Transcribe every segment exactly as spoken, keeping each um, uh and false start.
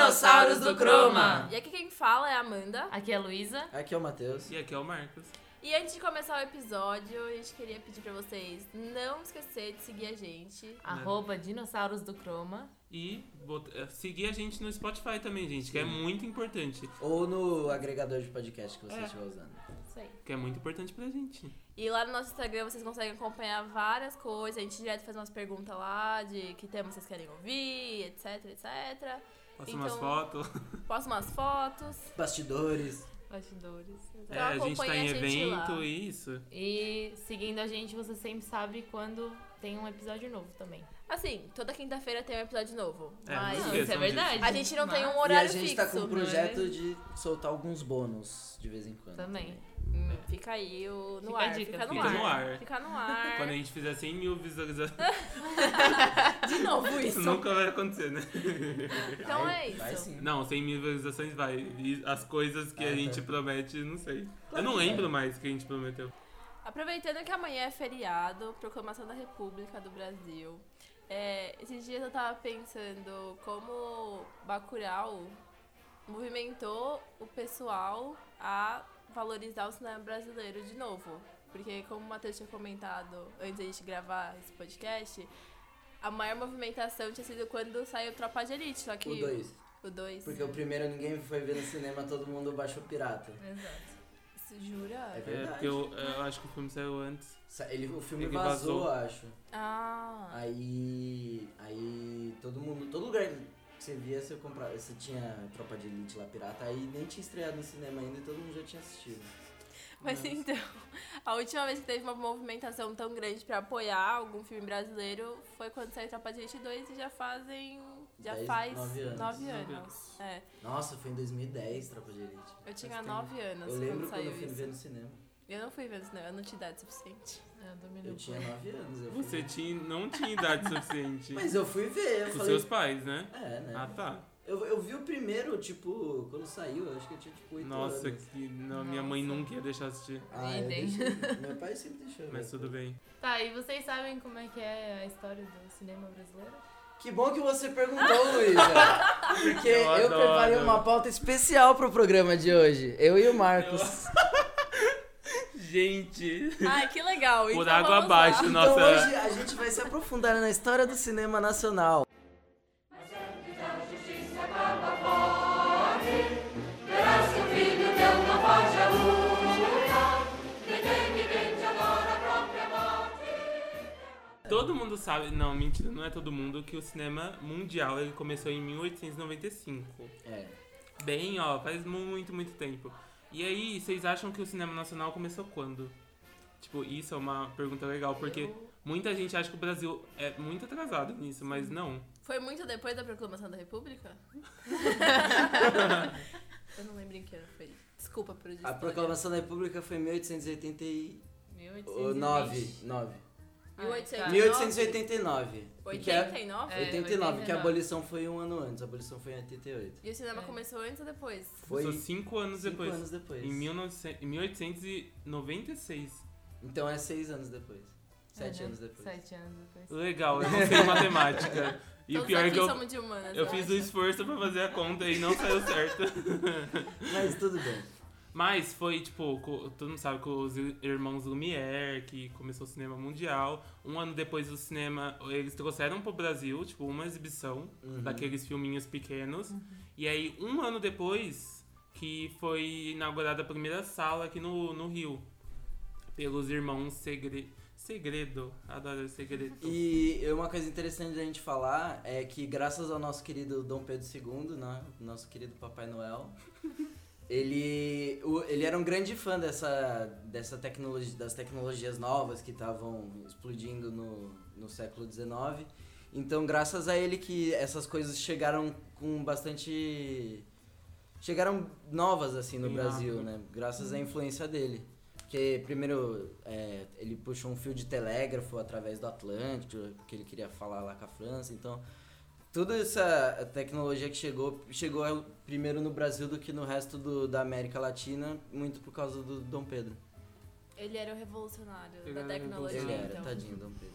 Dinossauros do Croma! E aqui quem fala é a Amanda. Aqui é a Luísa. Aqui é o Matheus. E aqui é o Marcos. E antes de começar o episódio, a gente queria pedir pra vocês não esquecer de seguir a gente. Arroba Dinossauros do Croma. E bota, seguir a gente no Spotify também, gente, Sim. que é muito importante. Ou no agregador de podcast que você é. estiver usando. Isso aí. Que é muito importante pra gente. E lá no nosso Instagram vocês conseguem acompanhar várias coisas. A gente direto faz umas perguntas lá de que tema vocês querem ouvir, etc, etcétera. Posta então, umas fotos. Posta umas fotos. Bastidores. Bastidores. Então, é, a gente tá em a gente evento, lá. Isso. E seguindo a gente, você sempre sabe quando tem um episódio novo também. Assim, toda quinta-feira tem um episódio novo. É, mas não isso é verdade. A gente não mas... tem um horário fixo. E a gente fixo, tá com um projeto de soltar alguns bônus de vez em quando. Também. também. Hum, fica aí o, no fica ar. Dica, fica no fica ar. no ar. Fica no ar. Quando a gente fizer cem mil visualizações. De novo isso. Nunca vai acontecer, né? Então vai, é isso. Vai sim. Não, cem mil visualizações vai. E as coisas que ah, a gente tá. promete, não sei. Claro Eu não que lembro vai. mais o que a gente prometeu. Aproveitando que amanhã é feriado, Proclamação da República do Brasil. É, esses dias eu tava pensando como Bacurau movimentou o pessoal a valorizar o cinema brasileiro de novo. Porque, como o Matheus tinha comentado antes da gente gravar esse podcast, a maior movimentação tinha sido quando saiu Tropa de Elite, só que... O dois. O dois. Porque o primeiro ninguém foi ver no cinema, todo mundo baixou pirata. Exato. Você jura? É verdade. É, porque eu, eu acho que o filme saiu antes. Ele, o filme Ele vazou, vazou. acho. Ah. Aí. Aí todo mundo. Todo lugar que você via, você comprava. Você tinha Tropa de Elite lá pirata, aí nem tinha estreado no cinema ainda e todo mundo já tinha assistido. Mas Nossa. então, a última vez que teve uma movimentação tão grande pra apoiar algum filme brasileiro foi quando saiu Tropa de Elite dois e já fazem. Já Dez, faz nove anos. nove Nove anos. É. Nossa, foi em dois mil e dez, Tropa de Elite. Eu tinha Faz nove tempo. anos Eu lembro quando quando saiu eu fui isso. ver no cinema. Eu não fui ver no cinema, eu não tinha idade suficiente. Eu, também Eu não tinha fui. nove anos. Eu fui Você ver. tinha, não tinha idade suficiente. Mas eu fui ver, eu Com falei. seus pais, né? É, né? Ah, tá. Eu, eu vi o primeiro, tipo, quando saiu, eu acho que eu tinha tipo oito Nossa, anos. que não, minha mãe Nossa. nunca ia deixar assistir. Ah, eu Idem. deixei. Meu pai sempre deixou. Mas ver. tudo bem. Tá, e vocês sabem como é que é a história do cinema brasileiro? Que bom que você perguntou, Luísa. Porque Eu eu, adoro. preparei uma pauta especial pro programa de hoje. Eu e o Marcos. Gente, Ai, que legal. por então água vamos abaixo, lá. nossa. Então hoje a gente vai se aprofundar na história do cinema nacional. Todo mundo sabe, não, mentira, não é todo mundo, que o cinema mundial ele começou em mil oitocentos e noventa e cinco. É. Bem, ó, faz muito, muito tempo. E aí, vocês acham que o cinema nacional começou quando? Tipo, isso é uma pergunta legal, porque Eu- muita gente acha que o Brasil é muito atrasado nisso, mas não. Foi muito depois da Proclamação da República? Eu não lembro em que ano foi. Desculpa por isso. A proclamação da República foi em mil oitocentos e oitenta e mil oitocentos e nove. vinte. nove. Ah, mil oitocentos. tá. mil oitocentos e oitenta e nove. Porque a- oitenta e nove? É, oitenta e nove, porque a oitenta e nove. abolição foi um ano antes. A abolição foi em oitenta e oito. E o cinema É. começou antes ou depois? Foi Começou cinco anos cinco depois. anos depois. Em mil e novecentos em mil oitocentos e noventa e seis. Então é seis anos depois. Sete Uhum, anos depois. Sete anos depois. Legal, eu não sei matemática. E Todos o pior é aqui que eu, somos de humanas, eu fiz o acho. esforço pra fazer a conta e não saiu certo. Mas tudo bem. Mas foi, tipo, co- todo mundo sabe, com os irmãos Lumière, que começou o cinema mundial. Um ano depois do cinema, eles trouxeram pro Brasil, tipo, uma exibição Uhum. daqueles filminhos pequenos. E aí, um ano depois, que foi inaugurada a primeira sala aqui no, no Rio. Pelos irmãos Segre... Segredo. Adoro Segredo. E uma coisa interessante da gente falar é que graças ao nosso querido Dom Pedro segundo, né, nosso querido Papai Noel, ele, o- ele era um grande fã dessa, dessa tecnologia, das tecnologias novas que estavam explodindo no, no século dezenove. Então, graças a ele que essas coisas chegaram com bastante... Chegaram novas, assim, no Sim, Brasil, rápido. né? Graças à influência dele. Porque, primeiro, é, ele puxou um fio de telégrafo através do Atlântico, porque ele queria falar lá com a França. Então, toda essa tecnologia que chegou, chegou primeiro no Brasil do que no resto do, da América Latina, muito por causa do Dom Pedro. Ele era o revolucionário Ele da era tecnologia, Ele era, então. tadinho, Dom Pedro.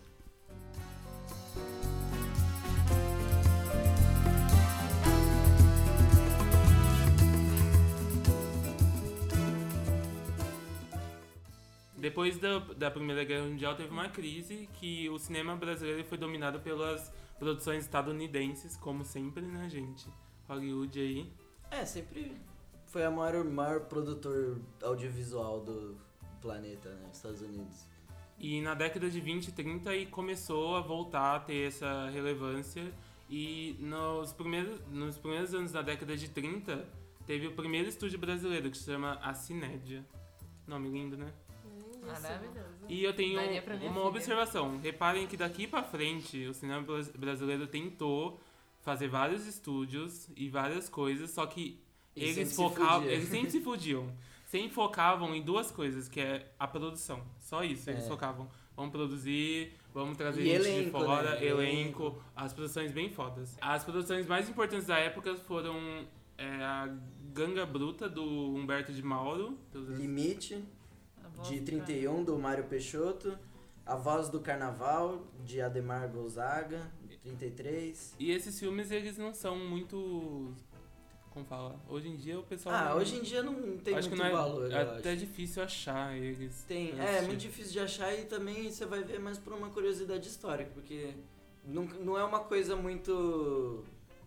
depois da, da Primeira Guerra Mundial teve uma crise que o cinema brasileiro foi dominado pelas produções estadunidenses, como sempre, né, gente? Hollywood aí. É, sempre foi a maior, maior produtor audiovisual do planeta, né, Estados Unidos. E na década de vinte e trinta aí começou a voltar a ter essa relevância. E nos primeiros, nos primeiros anos da década de trinta, teve o primeiro estúdio brasileiro, que se chama A Cinédia. Nome lindo, né? Maravilhoso. E eu tenho Daria pra minha uma filha. observação. Reparem que daqui pra frente, o cinema bras- brasileiro tentou fazer vários estúdios e várias coisas, só que E eles sempre se focavam, fudia. eles sempre se fudiam. Sempre focavam em duas coisas, que é a produção. Só isso, eles É. focavam. Vamos produzir, vamos trazer E gente de elenco, fora, né? elenco, Elenco. as produções bem fodas. As produções mais importantes da época foram é, a Ganga Bruta, do Humberto de Mauro. Limite, A voz de do trinta e cara. um, do Mário Peixoto. A Voz do Carnaval, de Ademar Gonzaga, trinta e três. E esses filmes, eles não são muito... Como fala? Hoje em dia o pessoal... Ah, não- hoje em dia não tem acho que muito não é, valor, é eu até acho. difícil achar eles. Tem, pra é, assistir. muito difícil de achar e também você vai ver mais por uma curiosidade histórica, porque não, não é uma coisa muito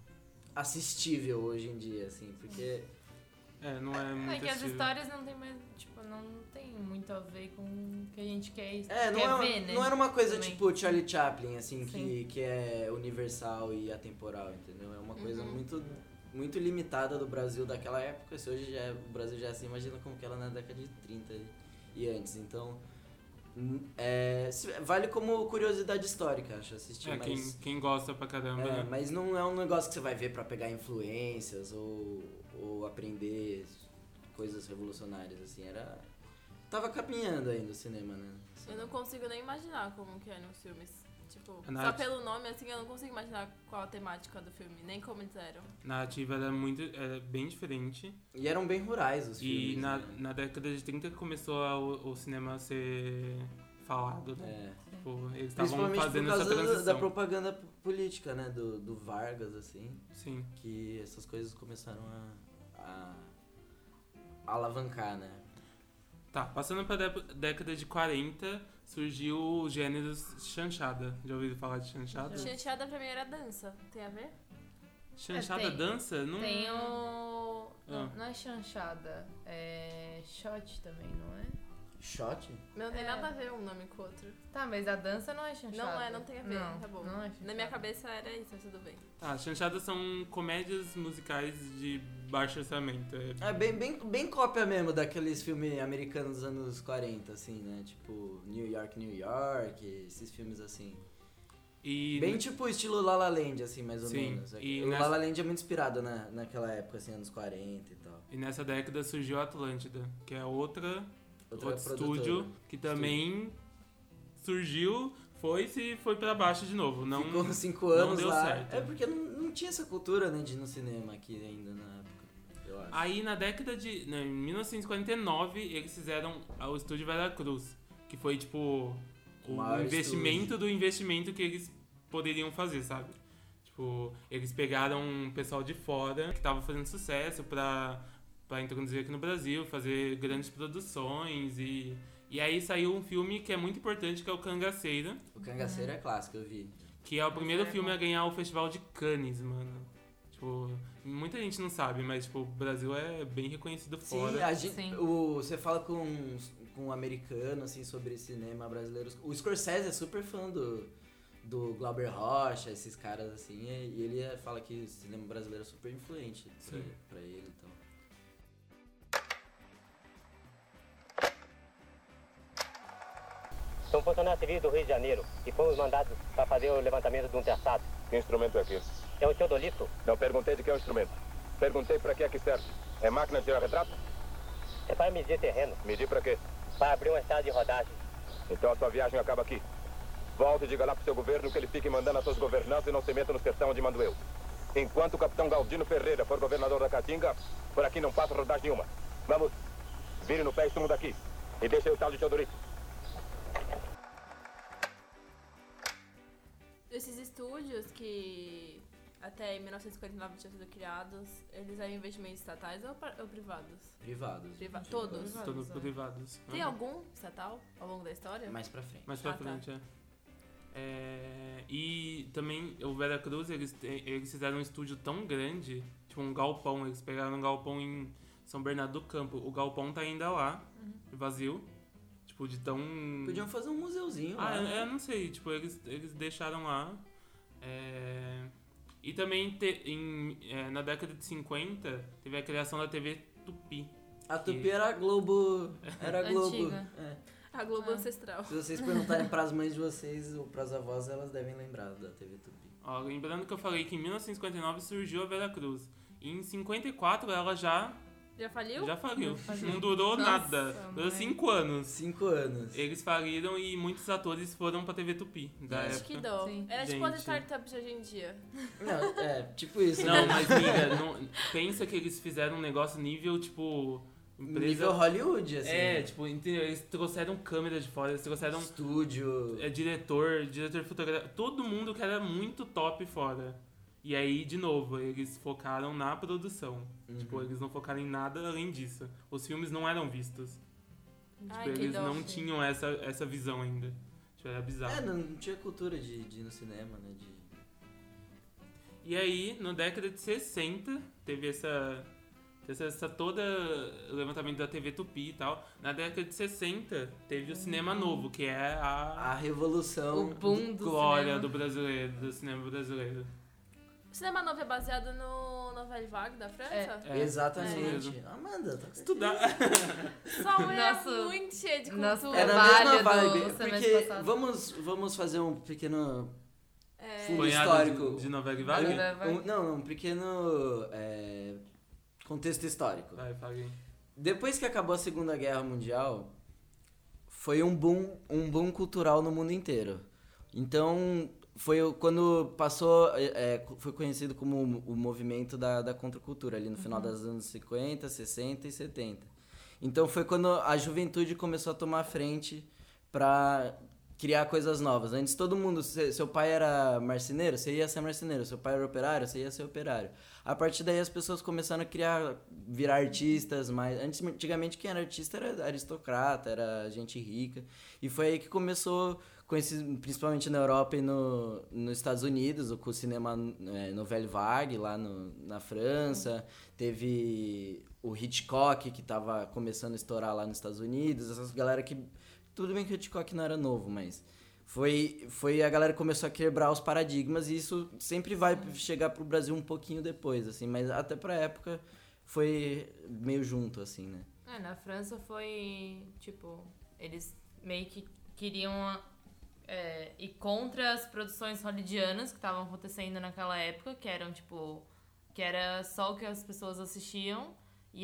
assistível hoje em dia, assim, porque... É, não é muito É que as acessível. histórias não tem mais, tipo, não tem muito a ver com o que a gente quer, É, não, quer é, ver, né? não era uma coisa Também. tipo Charlie Chaplin, assim, que, Sim. que é universal e atemporal, entendeu? É uma coisa Uhum. muito, muito limitada do Brasil daquela época. Se hoje já é, o Brasil já é assim, imagina como que era na década de trinta e, e antes. Então, hum, é, se- vale como curiosidade histórica, acho, assistir, É, mas... quem, quem gosta pra caramba, É, né? mas não é um negócio que você vai ver pra pegar influências ou, ou aprender coisas revolucionárias, assim, era... Tava caminhando ainda o cinema, né? Eu não consigo nem imaginar como que eram os filmes. Tipo, A só narrativa- pelo nome, assim, eu não consigo imaginar qual a temática do filme, nem como eles eram. A narrativa era muito, era bem diferente. E eram bem rurais os E filmes, na, né? na década de trinta que começou a- o, o cinema a ser falado, né? É. Tipo, eles estavam Principalmente por fazendo essa causa da- transição. da propaganda p- política, né? Do, do Vargas, assim, Sim. que essas coisas começaram a, a alavancar, né? Tá, passando pra dé- década de quarenta, surgiu o gênero chanchada. Já ouviram falar de chanchada? Já. Chanchada pra mim era dança, tem a ver? Chanchada É, tem. dança? Não... Tem o... Não, Ah. não é chanchada, é shot também, não é? Shot? Não tem É. nada a ver um nome com o outro. Tá, mas a dança não é chanchada. Não é, não tem a ver, Não, tá bom. não é Na minha chanchada. cabeça era isso, mas tudo bem. Tá, chanchadas são comédias musicais de baixo orçamento. É É bem, bem, bem cópia mesmo daqueles filmes americanos dos anos quarenta, assim, né? Tipo, New York, New York, esses filmes assim. E Bem tipo estilo La La Land, assim, mais ou Sim, menos. e o nessa- La La Land é muito inspirado na, naquela época, assim, anos quarenta e tal. E nessa década surgiu a Atlântida, que é outra, Outra outro produtora. estúdio que também surgiu, foi-se e foi pra baixo de novo. Não, Ficou cinco não anos deu lá. certo. É porque não, não tinha essa cultura, né, de ir no cinema aqui ainda na época, eu acho. Aí na década de... Não, em mil novecentos e quarenta e nove, eles fizeram o estúdio Veracruz, que foi tipo O o maior investimento estúdio. do investimento que eles poderiam fazer, sabe? Tipo, eles pegaram um pessoal de fora que tava fazendo sucesso pra, pra introduzir aqui no Brasil, fazer grandes produções e... E aí saiu um filme que é muito importante, que é o Cangaceira, O Cangaceiro é clássico, eu vi. que é o primeiro é filme bom. a ganhar o Festival de Cannes, mano. Tipo, muita gente não sabe, mas tipo, o Brasil é bem reconhecido Sim, fora. a gente, Sim. O, você fala com, com um americano, assim, sobre cinema brasileiro. O Scorsese é super fã do, do Glauber Rocha, esses caras, assim, e, e ele fala que o cinema brasileiro é super influente pra, Sim. pra ele, então. São funcionários civis do Rio de Janeiro e fomos mandados para fazer o levantamento de um terçado. Que instrumento é aquele? É o teodolito? Não perguntei de que é o instrumento. Perguntei para que é que serve. É máquina de tirar retrato? É para medir terreno, Medir para quê? para abrir uma estrada de rodagem. Então a sua viagem acaba aqui. Volte e diga lá pro seu governo que ele fique mandando as suas governanças e não se meta no sertão onde mando eu. Enquanto o capitão Galdino Ferreira for governador da Caatinga, por aqui não passa rodagem nenhuma. Vamos, vire no pé e sumo daqui. E deixe aí o tal de Teodorito. Esses estúdios que até mil novecentos e cinquenta e nove tinham sido criados, eles eram investimentos estatais ou, par- ou privados? Privados. Priva- Todos? Privados. Todos é. privados. Tem Uhum. algum estatal ao longo da história? Mais pra frente. Mais pra Ah, tá. frente, é. É, e também o Veracruz, eles, te- eles fizeram um estúdio tão grande, tipo um galpão, eles pegaram um galpão em São Bernardo do Campo. O galpão tá ainda lá, vazio, tipo de tão... Podiam fazer um museuzinho Ah, lá. eu, né? eu não sei, tipo, eles, eles deixaram lá. É, e também te- em, é, na década de cinquenta teve a criação da T V Tupi. A Tupi era a Globo. Era a Globo. Antiga. É. A Globo Ah. Ancestral. Se vocês perguntarem pras mães de vocês ou pras avós, elas devem lembrar da T V Tupi. Ó, lembrando que eu falei que em mil novecentos e cinquenta e nove surgiu a Veracruz. E em cinquenta e quatro ela já, Já faliu? já faliu. faliu. Não durou Nossa, nada. Durou mãe. cinco anos. Cinco anos. Eles faliram e muitos atores foram pra T V Tupi da Gente, época. que dó. Sim. Era tipo as Gente. startups de hoje em dia. Não, é, tipo isso. Não, né? mas miga, não, pensa que eles fizeram um negócio nível, tipo... Empresa... Nível Hollywood, assim. É, tipo, entendeu? Eles trouxeram câmera de fora, eles trouxeram Estúdio. é, diretor, diretor de fotografia, todo mundo que era muito top fora. E aí, de novo, eles focaram na produção. Uhum. Tipo, eles não focaram em nada além disso. Os filmes não eram vistos. Ai, Tipo, que eles dó. não tinham essa, essa visão ainda. Tipo, era bizarro. É, não, não tinha cultura de, de ir no cinema, né? De... E aí, na década de sessenta, teve essa, essa, essa toda levantamento da T V Tupi e tal. Na década de sessenta, teve o cinema novo, que é a A revolução. O boom do glória cinema. do brasileiro, do cinema brasileiro. O cinema novo é baseado no Nouvelle Vague da França? É, Exatamente. isso Amanda, tá Estudar. Só é Nossa. muito cheio de Nossa, cultura. É na Trabalho mesma do vibe. semestre Porque passado. vamos, vamos fazer um pequeno É, fundo Punhado histórico. de, de novela e vague? Vai, vai. Um- não, um pequeno é, contexto histórico. Vai, fala aí. Depois que acabou a Segunda Guerra Mundial, foi um boom, um boom cultural no mundo inteiro. Então, foi o- quando passou, é, é, foi conhecido como o, o movimento da, da contracultura, ali no final dos anos cinquenta, sessenta e setenta. Então, foi quando a juventude começou a tomar frente para criar coisas novas. Antes, todo mundo, se, seu pai era marceneiro, você ia ser marceneiro. Seu pai era operário, você ia ser operário. A partir daí, as pessoas começaram a criar, virar artistas, mas antes, antigamente, quem era artista era aristocrata, era gente rica. E foi aí que começou, com esses, principalmente na Europa e no, nos Estados Unidos, com o cinema é, Nouvelle Vague, lá no, na França. Teve o Hitchcock, que estava começando a estourar lá nos Estados Unidos. Essas galera que... Tudo bem que o Hitchcock não era novo, mas... Foi, foi a galera que começou a quebrar os paradigmas e isso sempre vai chegar pro Brasil um pouquinho depois, assim. Mas até pra época foi meio junto, assim, né? É, na França foi, tipo, eles meio que queriam é, ir contra as produções hollywoodianas que estavam acontecendo naquela época, que eram, tipo, que era só o que as pessoas assistiam, e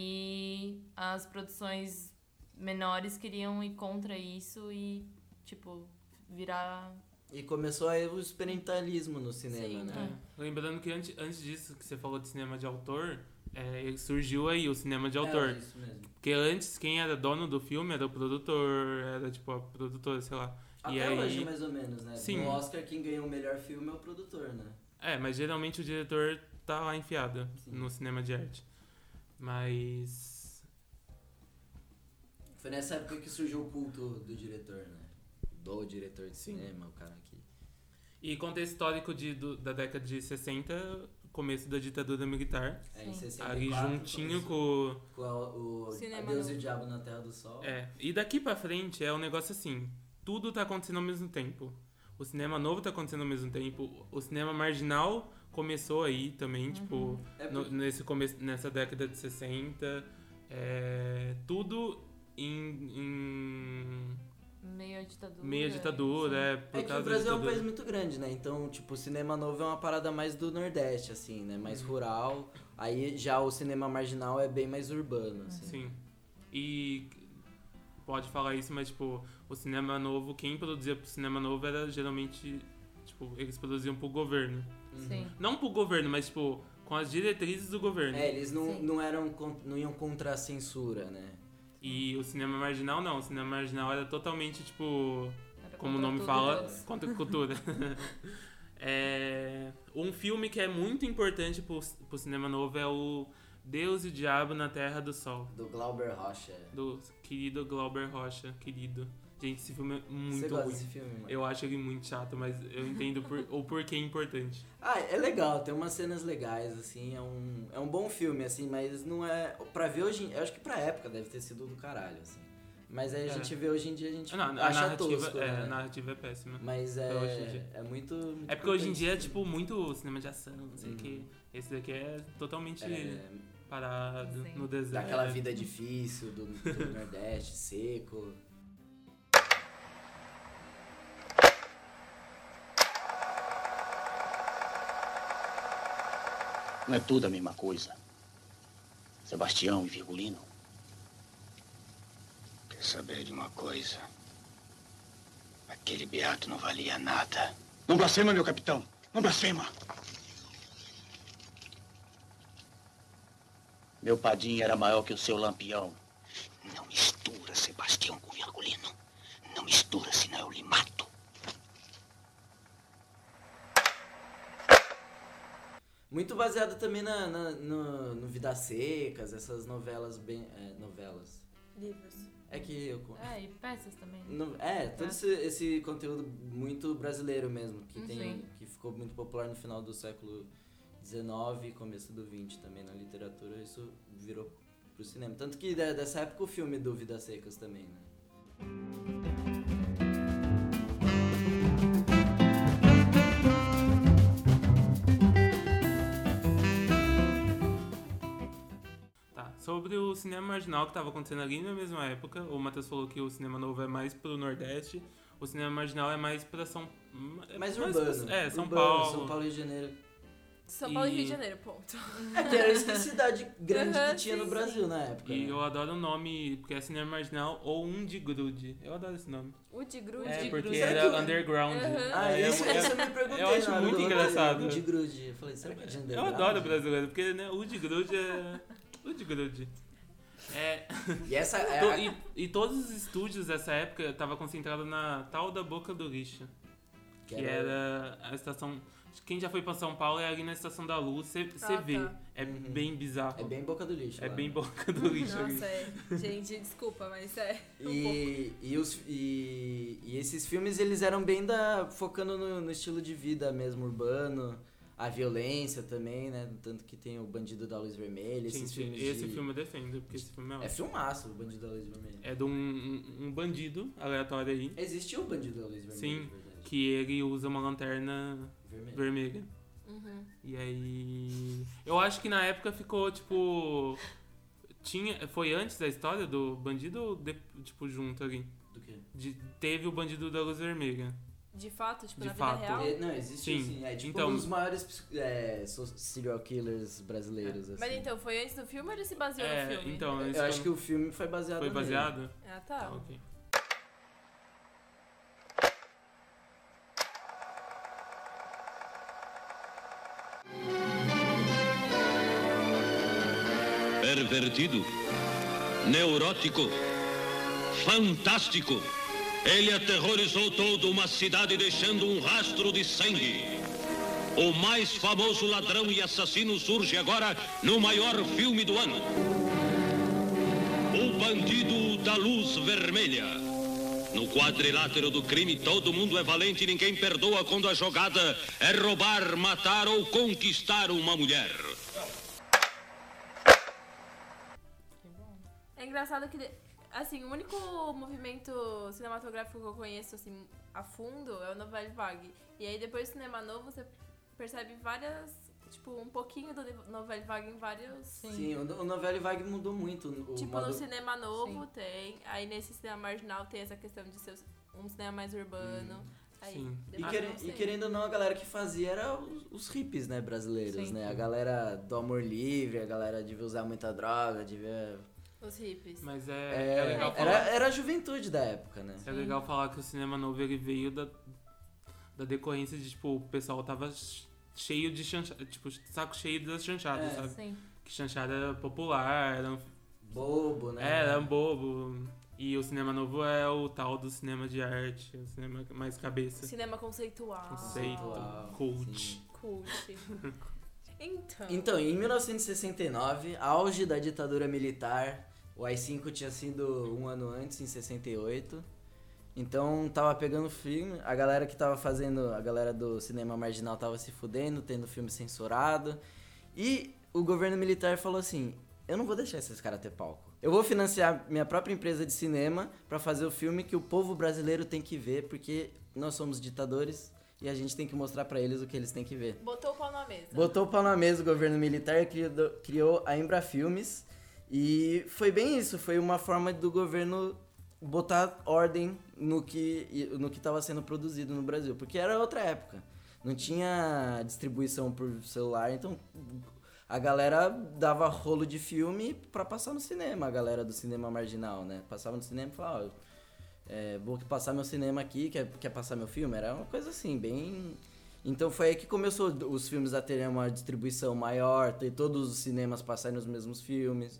aí as produções menores queriam ir contra isso e, tipo, virar... E começou aí o experimentalismo no cinema, Sim, né? Lembrando que antes, antes disso, que você falou de cinema de autor, é, surgiu aí o cinema de autor. É, isso mesmo. Porque antes, quem era dono do filme era o produtor, era tipo a produtora, sei lá. Até e aí, hoje, mais ou menos, né? Sim. No Oscar, quem ganhou o melhor filme é o produtor, né? É, mas geralmente o diretor tá lá enfiado Sim. no cinema de arte. Mas... Foi nessa época que surgiu o culto do diretor, né? Do diretor de Sim. cinema, o cara que... E contexto histórico de, do- da década de sessenta, começo da ditadura militar. É, em Sim. sessenta e Ali quatro juntinho começou com... com a- o Cinema Adeus novo. e o Diabo na Terra do Sol. É, e daqui pra frente é um negócio assim, tudo tá acontecendo ao mesmo tempo. O cinema novo tá acontecendo ao mesmo tempo, o cinema marginal começou aí também, tipo, É no- porque- nesse começo, nessa década de sessenta, é, tudo em, em Meio a ditadura. meia ditadura, é, por É que causa o Brasil da é um ditadura. país muito grande, né? Então, tipo, o cinema novo é uma parada mais do Nordeste, assim, né? Mais rural. Aí já o cinema marginal é bem mais urbano, assim. Sim. E pode falar isso, mas tipo, o cinema novo, quem produzia pro cinema novo era geralmente, tipo, eles produziam pro governo. Sim. Não pro governo, mas tipo, com as diretrizes do governo. É, eles não, Sim. não eram con- não iam contra a censura, né? E o cinema marginal não, o cinema marginal era totalmente, tipo, Era como o contra nome tudo e fala, todos. contra a cultura. É, um filme que é muito importante pro, pro cinema novo é o Deus e o Diabo na Terra do Sol. Do Glauber Rocha. Do querido Glauber Rocha, querido. Gente, esse filme é muito Você gosta ruim. desse filme, mano? Eu acho ele muito chato, mas eu entendo por, o porquê é importante. Ah, é legal, tem umas cenas legais, assim, é um, é um bom filme, assim, mas não é... Pra ver hoje, eu acho que pra época deve ter sido do caralho, assim. Mas aí a É. gente vê hoje em dia, a gente Não, a acha narrativa, tosco, é, né? a narrativa é péssima. Mas pra hoje em é, dia. é muito, muito É porque hoje em importante dia é esse tipo muito cinema de ação, não sei o Uhum. que. Esse daqui é totalmente filme. É, parado Sim. no deserto. daquela vida difícil do, do Nordeste, seco. Não é tudo a mesma coisa. Sebastião e Virgulino. Quer saber de uma coisa? Aquele beato não valia nada. Não blasfema, meu capitão. Não blasfema. Meu Padim era maior que o seu Lampião. Não mistura Sebastião com Virgulino. Não mistura, senão eu lhe mato. Muito baseado também na, na- no, no Vidas Secas, essas novelas bem... é, novelas. Livros. É que eu... É, e peças também. No- é, todo esse, esse conteúdo muito brasileiro mesmo, que, tem, Sim. que ficou muito popular no final do século dezenove e começo do vinte também na literatura, isso virou pro cinema. Tanto que de- dessa época o filme do Vidas Secas também, né? Tá. Sobre o cinema marginal que tava acontecendo ali na mesma época, o Matheus falou que o cinema novo é mais pro Nordeste, o cinema marginal é mais pra São... é Mais mais urbano. pra- É, São urbano, Paulo. São Paulo e Rio de Janeiro. São Paulo e E- Rio de Janeiro, ponto. É que era isso que cidade grande Aham, que tinha sim, no Brasil sim. na época. E né? eu adoro o nome, porque é cinema marginal ou um de grude. Eu adoro esse nome. O de Grude. É, de porque grude. Será era que o- underground. Aham. Ah, É, isso, é- isso eu me perguntei eu acho na hora muito do roteiro, engraçado. o de grude. Eu falei, será que é de Eu underground? adoro brasileiro, porque né, o de grude é... O de grude. É... E essa é To- a- e, e todos os estúdios dessa época estavam concentrados na tal da Boca do Lixo. Que, Que era... a estação... Quem já foi pra São Paulo é ali na Estação da Luz, você Ah, vê. tá. É Uhum. bem bizarro. é bem boca do lixo. É lá, bem né? Boca do Lixo ali. Nossa, é. Gente, desculpa, mas é. Um pouco. E, e, os, e, e esses filmes, eles eram bem da, focando no, no estilo de vida mesmo, urbano, a violência também, né? Tanto que tem o Bandido da Luz Vermelha, esses Gente, filmes esse de... filme eu defendo, porque esse filme é É ótimo. filmaço, o Bandido da Luz Vermelha. É de um, um, um bandido aleatório aí, Existiu o Bandido da Luz Vermelha, Sim. de verdade. que ele usa uma lanterna Vermelho. vermelha. Uhum. E aí... Eu acho que na época ficou, tipo... Tinha, foi antes da história do bandido ou, de- tipo, junto ali? Do quê? De- teve o bandido da luz vermelha. De fato, tipo, De na fato. vida real. É, não, existiu Sim. sim. É tipo Então- um dos maiores psi- é, so- serial killers brasileiros, assim. Mas então, foi antes do filme ou ele se baseou É, no filme? então... Eu isso acho que o filme foi baseado foi nele. baseado? Ah, tá. Tá, ok. Pervertido, neurótico, fantástico. Ele aterrorizou toda uma cidade deixando um rastro de sangue. O mais famoso ladrão e assassino surge agora no maior filme do ano. O Bandido da Luz Vermelha. No quadrilátero do crime, todo mundo é valente e ninguém perdoa quando a jogada é roubar, matar ou conquistar uma mulher. É engraçado que, assim, o único movimento cinematográfico que eu conheço, assim, a fundo é o Nouvelle Vague. E aí depois do Cinema Novo você percebe várias, tipo, um pouquinho do Nouvelle Vague em vários... Sim, o, o Novelli Vague mudou muito. O Tipo, modo... no Cinema Novo Sim. tem, aí nesse Cinema Marginal tem essa questão de ser um cinema mais urbano. Aí, Sim. E, depois quer- eu não e sei. querendo ou não, a galera que fazia era os, os hippies, né, brasileiros, Sim. né? A galera do amor livre, a galera devia usar muita droga, devia... Os hippies. Mas é, É, é legal era, falar... era a juventude da época, né? É legal falar que o cinema novo ele veio da, da decorrência de, tipo, o pessoal tava cheio de chanchada, tipo, saco cheio das chanchadas, É. sabe? Sim. Que chanchada era popular, era, Bobo, né? era bobo. E o cinema novo é o tal do cinema de arte, o cinema mais cabeça. Cinema conceitual. Conceito, cult. Sim. Cult. Então. Então, em mil novecentos e sessenta e nove, auge da ditadura militar, o A I cinco tinha sido um ano antes, em sessenta e oito. Então, tava pegando filme, a galera que tava fazendo, a galera do cinema marginal tava se fudendo, tendo filme censurado. E o governo militar falou assim, eu não vou deixar esses caras ter palco. Eu vou financiar minha própria empresa de cinema pra fazer o filme que o povo brasileiro tem que ver, porque nós somos ditadores e a gente tem que mostrar pra eles o que eles têm que ver. Botou o pau na mesa. Botou o pau na mesa o governo militar, criou, criou a Embra Filmes e foi bem isso, foi uma forma do governo botar ordem no que no que estava sendo produzido no Brasil, porque era outra época, não tinha distribuição por celular, então a galera dava rolo de filme pra passar no cinema, a galera do cinema marginal, né? Passava no cinema e falava, ó, é, vou passar meu cinema aqui, quer, quer passar meu filme? Era uma coisa assim, bem... Então foi aí que começou os filmes a terem uma distribuição maior, ter todos os cinemas passarem os mesmos filmes.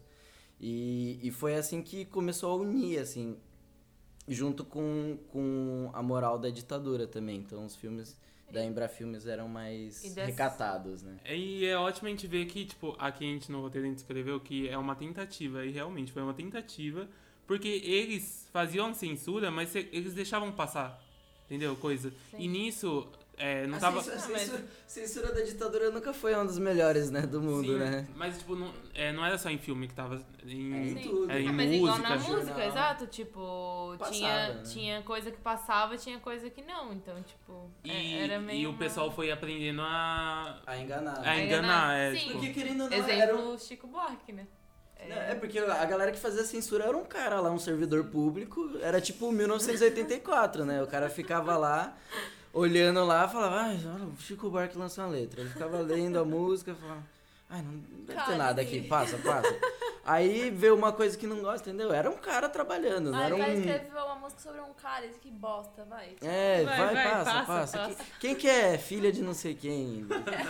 E, e foi assim que começou a unir, assim, junto com, com a moral da ditadura também. Então os filmes da Embra Filmes eram mais dessas... recatados, né? E é ótimo a gente ver que, tipo, aqui a gente no roteiro a gente escreveu que é uma tentativa, e realmente foi uma tentativa, porque eles faziam censura, mas eles deixavam passar, entendeu? Coisa. Sim. E nisso, é, não a tava... Censura, censura, censura da ditadura nunca foi um dos melhores, né, do mundo, Sim, né? mas, tipo, não, é, não era só em filme que tava em, É em Sim. tudo. é, em Ah, mas igual música. na música, jornal. exato, tipo, Passava, tinha, né? tinha coisa que passava, tinha coisa que não, então, tipo, E, é- era meio e o uma- pessoal foi aprendendo a, A enganar. a enganar, é, Sim. tipo... Porque querendo ou não, Exemplo, era um... Chico Buarque, né? É, é porque a galera que fazia censura era um cara lá, um servidor público, era tipo mil novecentos e oitenta e quatro, né? O cara ficava lá, olhando lá, falava, ai, olha, o Chico Buarque lançou uma letra. Ele ficava lendo a música, falava, ai, não deve ter nada aqui, passa, passa. Aí veio uma coisa que não gosta, entendeu? Era um cara trabalhando, não Ai, era vai um... escrever uma música sobre um cara, que bosta, vai. É, vai, Vai, vai, passa, passa, passa. passa. Quem, quem que é filha de não sei quem?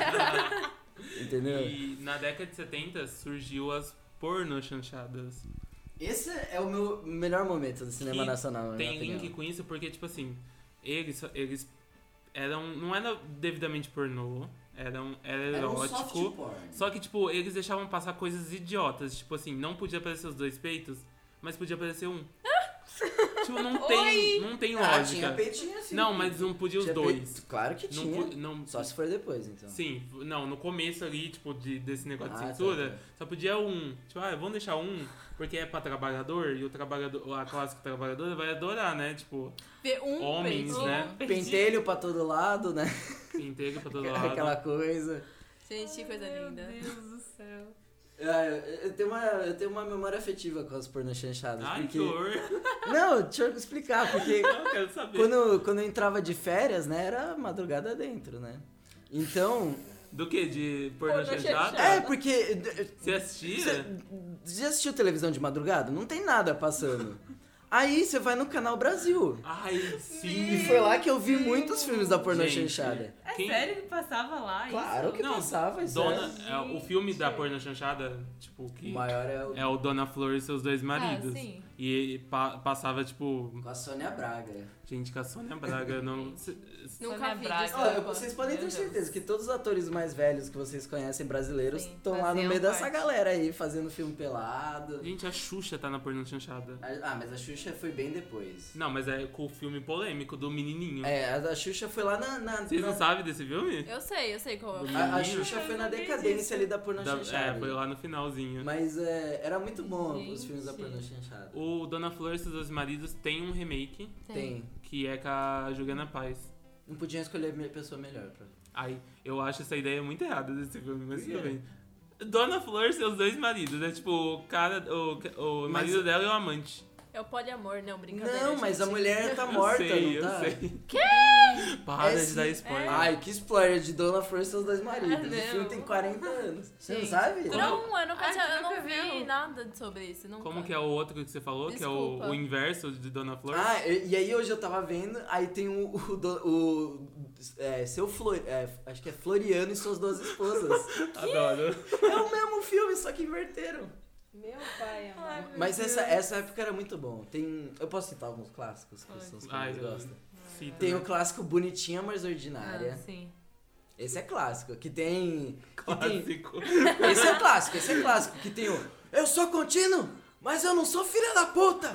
Entendeu? E na década de setenta surgiu as porno chanchadas. Esse é o meu melhor momento do cinema Que nacional, na minha Tem link opinião. com isso porque, tipo assim, eles, eles eram. Não era devidamente pornô, eram, era Era um soft erótico. porn. Só que, tipo, eles deixavam passar coisas idiotas. Tipo assim, não podia aparecer os dois peitos, mas podia aparecer um. Tipo, não tem, não tem Ah, lógica. tinha peitinho assim. Não, mas não podia os Tinha dois. peito- Claro que Não, tinha. pu- não, Só se for depois, então. Sim, não, no começo ali, tipo, de, desse negócio Ah, de tá, censura, tá. só podia um. Tipo, ah, vamos deixar um, porque é pra trabalhador, e o trabalhador, a classe trabalhadora vai adorar, né? Tipo, Ver um homens, peito. né? Pentelho pra todo lado, né? Inteiro pra todo lado. Aquela coisa. Gente, que coisa linda. Meu Deus do céu. Ah, eu, eu tenho uma, eu tenho uma memória afetiva com as porno chanchadas. Ai, porque... que horror. Não, deixa eu explicar, porque Eu quero saber. quando, quando eu entrava de férias, né, era madrugada dentro, né? Então... Do que? De porno Porno chanchada? chanchada. É, porque... Você assistia? Você já assistiu televisão de madrugada? Não tem nada passando. Aí você vai no Canal Brasil. Ai, sim. E foi lá que eu vi muitos filmes da porno Gente, chanchada. É Quem- sério que passava lá Claro isso? que Não, passava, isso Dona, é... é, o filme da porno chanchada, tipo, O que maior é o... é o Dona Flor e seus dois maridos. Ah, sim. E pa- passava, tipo, Com a Sônia Braga. gente, com a Sônia Braga não. cê- Nunca Sônia vi, Braga. desculpa. Olha, vocês podem ter Meu Deus. certeza que todos os atores mais velhos que vocês conhecem brasileiros Sim, estão lá no faziam meio dessa parte. galera aí, fazendo filme pelado. Gente, a Xuxa tá na porno chanchada. Ah, mas a Xuxa foi bem depois. Não, mas é com o filme polêmico do menininho. É, a da Xuxa foi lá na... na, Vocês na- não sabem desse filme? Eu sei, eu sei qual é o Do filme. a, a menino? Xuxa foi na Eu não vi decadência disso. ali da porno Da- chanchada. é, foi lá no finalzinho. Mas é, era muito bom os Gente. filmes da porno chanchada. O Dona Flor e seus dois maridos tem um remake, Tem. que é com a Juliana Paz. Não podiam escolher a pessoa melhor pra... Ai, eu acho essa ideia muito errada desse filme, mas Por tudo quê? bem. Dona Flor e seus dois maridos, é tipo o cara, o, o Mas- marido dela e o amante. É o poliamor, não, brincadeira. Não, mas a gente. mulher tá Eu morta, sei, não eu tá? sei. Que? Para É de sim. dar spoiler. Ai, que spoiler de Dona Flor e seus dois maridos. Ah, O não. filme tem quarenta anos. Você não Gente, sabe? Não, eu, nunca Ai, tinha, tu eu não nunca vi viu? nada sobre isso. Nunca. Como que é o outro que você falou, que é Desculpa. o, o inverso de Dona Flor? Ah, e, e aí hoje eu tava vendo, aí tem o, o, do- o é, seu Flor, é, acho que é Floriano e suas duas esposas. Adoro. É o mesmo filme, só que inverteram. Meu pai, amado. Ai, meu Mas Deus. essa, essa época era muito bom. Tem, eu posso citar alguns clássicos que Pode. são os que Ai, mais eu- gostam. Cita, Tem né? o clássico Bonitinha, mas Ordinária. Ah, sim. Esse é clássico, que tem... Que tem Clássico. esse é clássico, esse é clássico, que tem o... Eu sou contínuo, mas eu não sou filha da puta!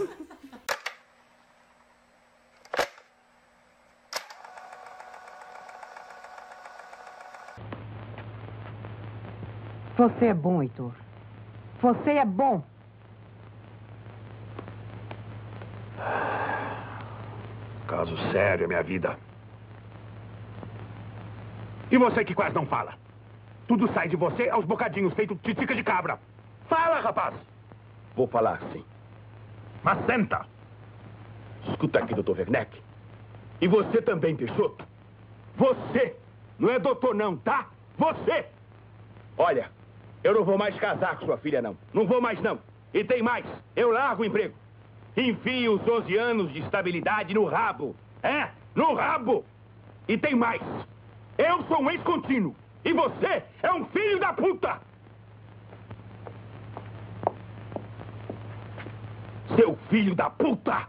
Você é bom, Heitor. Você é bom. Caso sério, minha vida. E você que quase não fala? Tudo sai de você aos bocadinhos, feito titica de cabra. Fala, rapaz! Vou falar, sim. Mas senta! Escuta aqui, doutor Werneck. E você também, Peixoto. Você! Não é doutor não, tá? Você! Olha, eu não vou mais casar com sua filha, não. Não vou mais, não. E tem mais. Eu largo o emprego. Enfio os doze anos de estabilidade no rabo. É? No rabo! E tem mais. Eu sou um ex-contínuo. E você é um filho da puta! Seu filho da puta!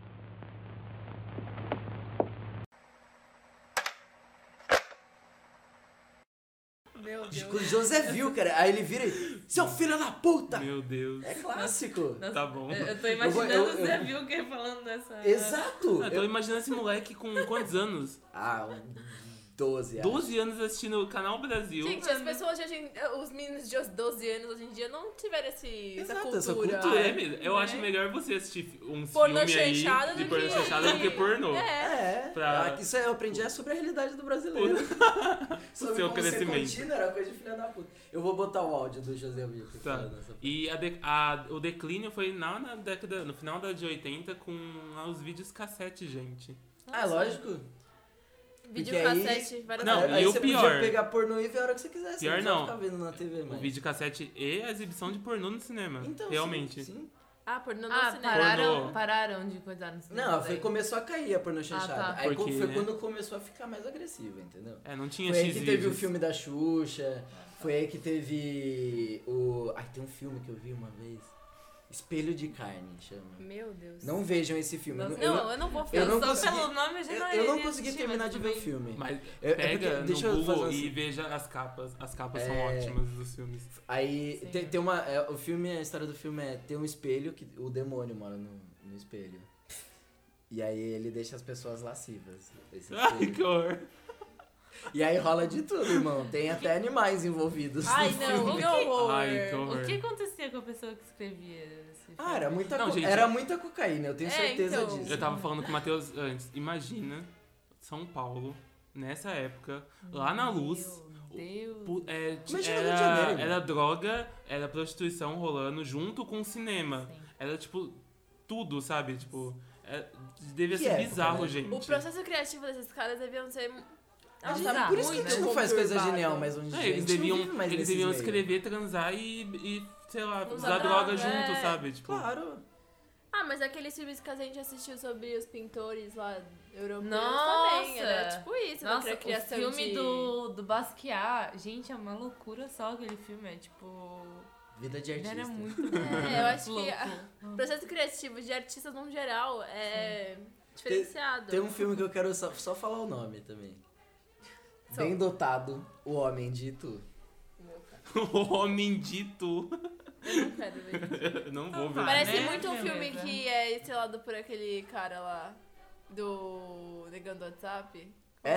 Meu Deus. O José viu, cara. Aí ele vira e... Seu filho da puta! Meu Deus. É clássico. Nossa, Tá bom. Eu, eu tô Eu vou- imaginando eu- o eu- Zé Vilker falando dessa... Exato! Eu tô Eu- imaginando esse moleque com quantos anos? Ah, doze anos. doze anos assistindo o Canal Brasil. Gente, as pessoas de hoje em- os meninos de doze anos hoje em dia não tiveram esse, essa Exato, essa cultura. Tu é mesmo. Eu né? acho melhor você assistir uns Pornô filmes aí chanchada de do pornô que- chanchada do que pornô. É. É, Pra- ah, isso aí eu aprendi é sobre a realidade do brasileiro. Sobre seu como crescimento. ser contínuo era coisa de filha da puta. Eu vou botar o áudio do José Wilker. Tá. falando essa- E a de- a- o declínio foi na, na década, no final da década de oitenta com os vídeos cassete, gente. Ah, lógico. Videocassete, várias Não, coisas. aí e o você pior- podia pegar pornô e ver a hora que você quisesse. Pior você não. Ficar vendo na T V, O mais. videocassete e a exibição de pornô no cinema. Então, realmente. Sim, sim. Ah, pornô no Ah, cinema. pararam, Pornô. pararam de coisar no cinema. Não, foi, daí. começou a cair a pornô chanchada. tá. Aí Porque, foi né? quando começou a ficar mais agressiva, entendeu? É, não tinha Foi aí que teve o X-Vídeos. filme da Xuxa, foi aí que teve o... Ai, tem um filme que eu vi uma vez. Espelho de Carne, chama. Meu Deus. Não vejam esse filme. Nossa, eu, não- não, eu não vou eu falar. não Só consegui, pelo nome eu já eu, não eu não iria consegui assistir, terminar mas de tudo ver o bem. filme. Mas É- é pega porque- deixa no eu Google fazer assim. e veja as capas. As capas são É. ótimas dos filmes. Aí Sim. tem, tem uma. é, o filme, a história do filme é ter um espelho que o demônio mora no, no espelho. E aí ele deixa as pessoas lascivas. Esse Ai, espelho. que horror. E aí rola de tudo, irmão. Tem até animais envolvidos. Ai, no não, filme. que horror. Ai, que horror. O que acontecia com a pessoa que escrevia esse filme? Ah, era muita, Não, co- gente, era muita cocaína, eu tenho É, certeza então. disso. Eu tava falando com o Matheus antes. Imagina São Paulo, nessa época, lá na luz. Meu Deus. pu- é, t- Imagina Rio de era, Janeiro, irmão. era droga, era prostituição rolando junto com o cinema. Sim. Era tipo tudo, sabe? Tipo, é, devia Que ser época, bizarro, né? gente. O processo criativo desses caras deviam ser... A gente- Nossa, por isso que a gente muito não faz coisa conturbado. genial, mas hoje em dia É, a eles gente não deviam, vive mais eles nesses deviam meios. escrever, transar e, e sei lá, Usar usar droga droga, junto, é. sabe? Tipo, Claro. Ah, mas aqueles filmes que a gente assistiu sobre os pintores lá europeus Nossa! também, era tipo isso, Nossa, da o criação filme de... do, do Basquiat, gente, é uma loucura só aquele filme, é tipo... Vida de Ele artista. era muito É, eu acho que louco. a- o processo criativo de artistas no geral é diferenciado. Tem um filme que eu quero só, só falar o nome também. Só. Bem dotado, O Homem de Itu. o homem dito. Eu não quero ver. Eu não vou ver. vai. Parece né, muito um minha filme amiga? que é estrelado por aquele cara lá do Negando WhatsApp. É.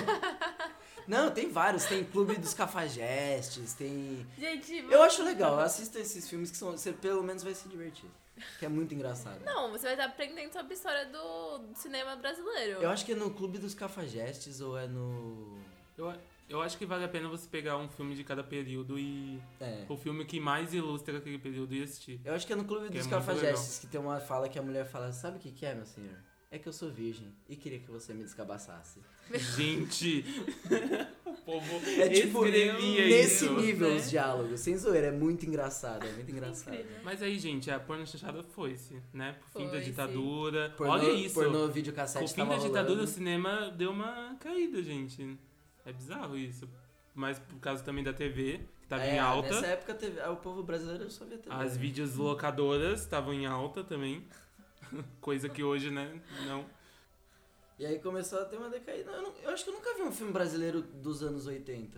Não, tem vários. Tem Clube dos Cafajestes, tem... Gente, Eu acho legal, assista esses filmes que são, você pelo menos vai se divertir. Que é muito engraçado. não, você vai estar aprendendo sobre a história do do cinema brasileiro. Eu acho que é no Clube dos Cafajestes ou é no... Eu, eu acho que vale a pena você pegar um filme de cada período e É. o filme que mais ilustra aquele período e assistir. Eu acho que é no Clube Que dos é muito Cafajestes que tem uma fala que a mulher fala, sabe o que que é, meu senhor? É que eu sou virgem e queria que você me descabaçasse. Gente, o povo É tipo, escrevia nesse isso. nível né? os diálogos, sem zoeira, é muito engraçado, é muito engraçado. Mas aí, gente, a porno chanchada foi-se, né? Por fim da Foi-se. ditadura. Pornô, Olha isso. Pornô Com o videocassete fim tava da ditadura, rolando. o cinema deu uma caída, gente. É bizarro isso. Mas por causa também da T V, que tava É, em alta. Nessa época teve, o povo brasileiro só via T V. As vídeos locadoras estavam em alta também. Coisa que hoje, né, não. E aí começou a ter uma decaída. Eu, não- eu acho que eu nunca vi um filme brasileiro dos anos oitenta.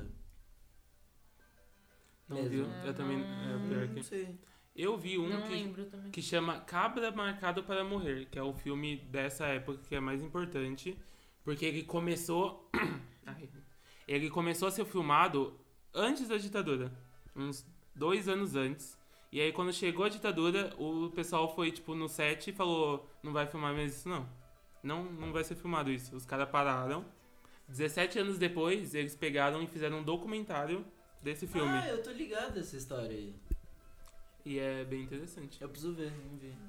Não Mesmo. viu? Eu também. É, pior Não que... sei. Eu vi um Não que, lembro também. que chama Cabra Marcado para Morrer, que é o filme dessa época que é mais importante, porque ele começou. Ai. Ele começou a ser filmado antes da ditadura, uns dois anos antes. E aí quando chegou a ditadura, o pessoal foi tipo no set e falou: não vai filmar mais isso não. Não, não vai ser filmado isso. Os caras pararam. dezessete anos depois, eles pegaram e fizeram um documentário desse filme. Ah, eu tô ligado nessa história aí. E é bem interessante. Eu preciso ver, não vi.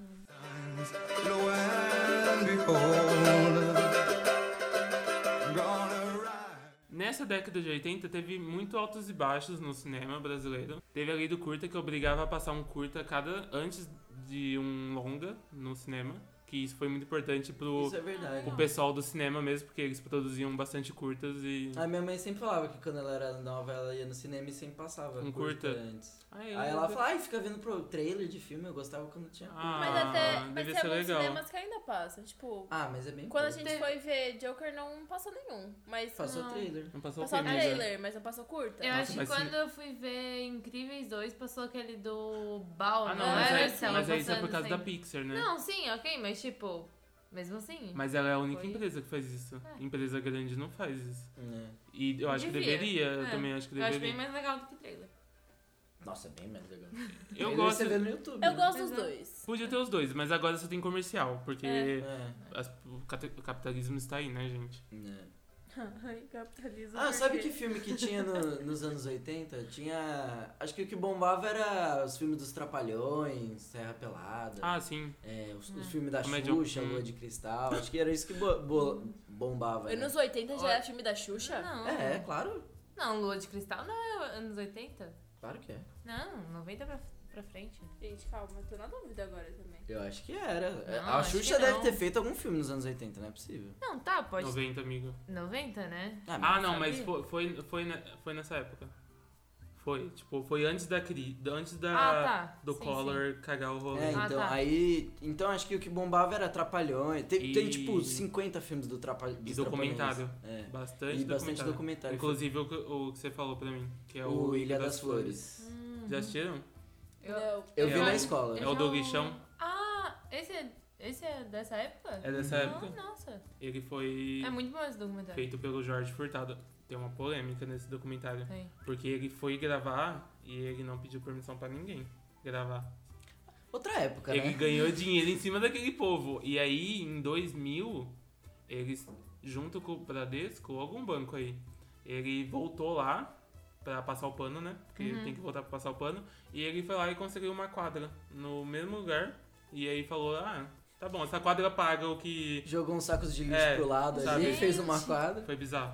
Nessa década de oitenta teve muito altos e baixos no cinema brasileiro. Teve a lei do curta que obrigava a passar um curta cada antes de um longa no cinema. Que isso foi muito importante pro, Isso é verdade. pro pessoal do cinema mesmo, porque eles produziam bastante curtas e... A minha mãe sempre falava que quando ela era nova, ela ia no cinema e sempre passava Um curta, curta? antes. Ah, Aí eu- ela fala, ai, fica vendo pro trailer de filme, eu gostava quando tinha curta. Ah, Mas até. Mas deve tem ser alguns legal. cinemas que ainda passam. Tipo, Ah, mas é bem quando a pouco. gente foi ver Joker, não passou nenhum. Mas. Passou não. trailer. Não passou, Passou o filme ainda. trailer, mas não passou curta. Eu Nossa, acho que mas quando sim. eu fui ver Incríveis dois, passou aquele do Bal, Ah, não, não mas, era? aí, que tava mas aí isso é por passando causa da sempre. Pixar, né? Não, sim, ok, mas tipo, mesmo assim. Mas ela é a única Foi. empresa que faz isso. É. Empresa grande não faz isso. É. E eu acho que Devia. deveria, eu É. também acho que Eu acho deveria. bem mais legal do que trailer. Nossa, é bem mais legal. Eu Trailer gosto. Você vê no YouTube. Eu né? gosto dos Exato. dois. Podia ter os dois, mas agora só tem comercial, porque É. É. as- o, cate- o capitalismo está aí, né, gente? É. Ai, capitalismo. Ah, por sabe quê? que filme que tinha no- nos anos oitenta? Tinha... Acho que o que bombava era os filmes dos Trapalhões, Serra Pelada. Ah, sim. É, os, os filmes da Comédia- Xuxa, hum. Lua de Cristal. Acho que era isso que bo- bo- bombava. Anos Né? oitenta já era filme da Xuxa? Não. É, claro. Não, Lua de Cristal não é anos oitenta? Claro que é. Não, noventa pra, pra frente. Gente, calma, eu tô na dúvida agora também. Eu acho que era. Não, a acho Xuxa que deve não. ter feito algum filme nos anos oitenta, não é possível. Não, tá, pode... noventa, amigo. noventa, né? Ah, não, mas sabia. foi, foi, foi, ne- foi nessa época. Foi, tipo, foi antes da cri, antes da Ah, tá. do Sim, Collor cagar o rolê. É, Ah, então, tá. aí. Então acho que o que bombava era Trapalhões. Tem, E- tem tipo cinquenta filmes do Trapal... E dos documentário. Trapalhões. É. Bastante, E bastante documentário. Inclusive o, que- o que você falou pra mim, que é O o, Ilha das Flores. Uhum. Já assistiram? Eu, Não. Eu É vi o- na escola. É o do Guichão. Ah, esse é, esse é dessa época? É dessa Ah, época. nossa. Ele foi É muito bom esse documentário. feito pelo Jorge Furtado. Tem uma polêmica nesse documentário. Tem. Porque ele foi gravar e ele não pediu permissão pra ninguém gravar. Outra época, Ele né? ganhou dinheiro em cima daquele povo. E aí, em dois mil, eles, junto com o Bradesco, ou algum banco aí, ele voltou lá pra passar o pano, né? Porque Uhum. tem que voltar pra passar o pano. E ele foi lá e conseguiu uma quadra no mesmo lugar. E aí falou, ah, tá bom, essa quadra paga o que... Jogou uns sacos de lixo É, pro lado sabe? ali, fez uma quadra. Foi bizarro.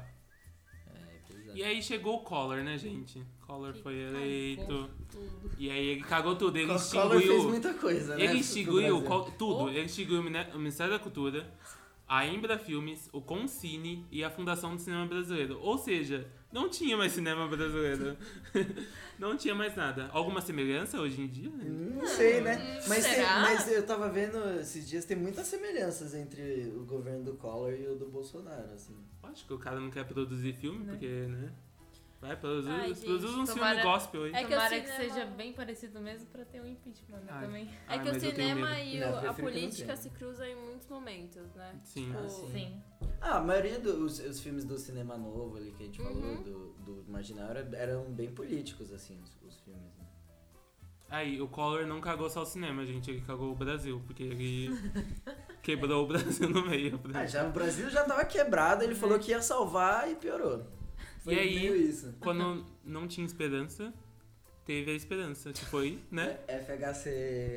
É, pois é. E aí chegou o Collor, né, gente? Collor Que foi cagou eleito. tudo. E aí ele cagou tudo. Ele O extinguiu... Collor fez muita coisa, né? Ele pro extinguiu Brasil. co- tudo. Ele extinguiu o Mine- o Ministério da Cultura, a Embra Filmes, o Concine e a Fundação do Cinema Brasileiro. Ou seja, não tinha mais cinema brasileiro. Não tinha mais nada. Alguma semelhança hoje em dia? Não sei, né? Mas, tem- será? mas eu tava vendo esses dias, tem muitas semelhanças entre o governo do Collor e o do Bolsonaro, assim. Acho que o cara não quer produzir filme, porque, né? Vai, produzir, Ai, gente, produz um tomara- filme gospel aí. É que o Tomara que, cinema- seja bem parecido mesmo pra ter um impeachment, né, Ai. também. É Ai, que o mas eu tenho cinema medo. e Não, o- eu a prefiro que não política tenha. se cruzam em muitos momentos, né? Sim. Ah, O- sim. Sim. Ah, a maioria dos os filmes do cinema novo ali que a gente Uhum. falou, do, do Marginal, era- eram bem políticos, assim, os, os filmes. Né? Aí, o Collor não cagou só o cinema, gente. Ele cagou o Brasil, porque ele quebrou o Brasil no meio. Ah, já, o Brasil já tava quebrado, ele falou que ia salvar e piorou. Foi E aí, meio isso. quando não tinha esperança, teve a esperança, que foi, né? F H C...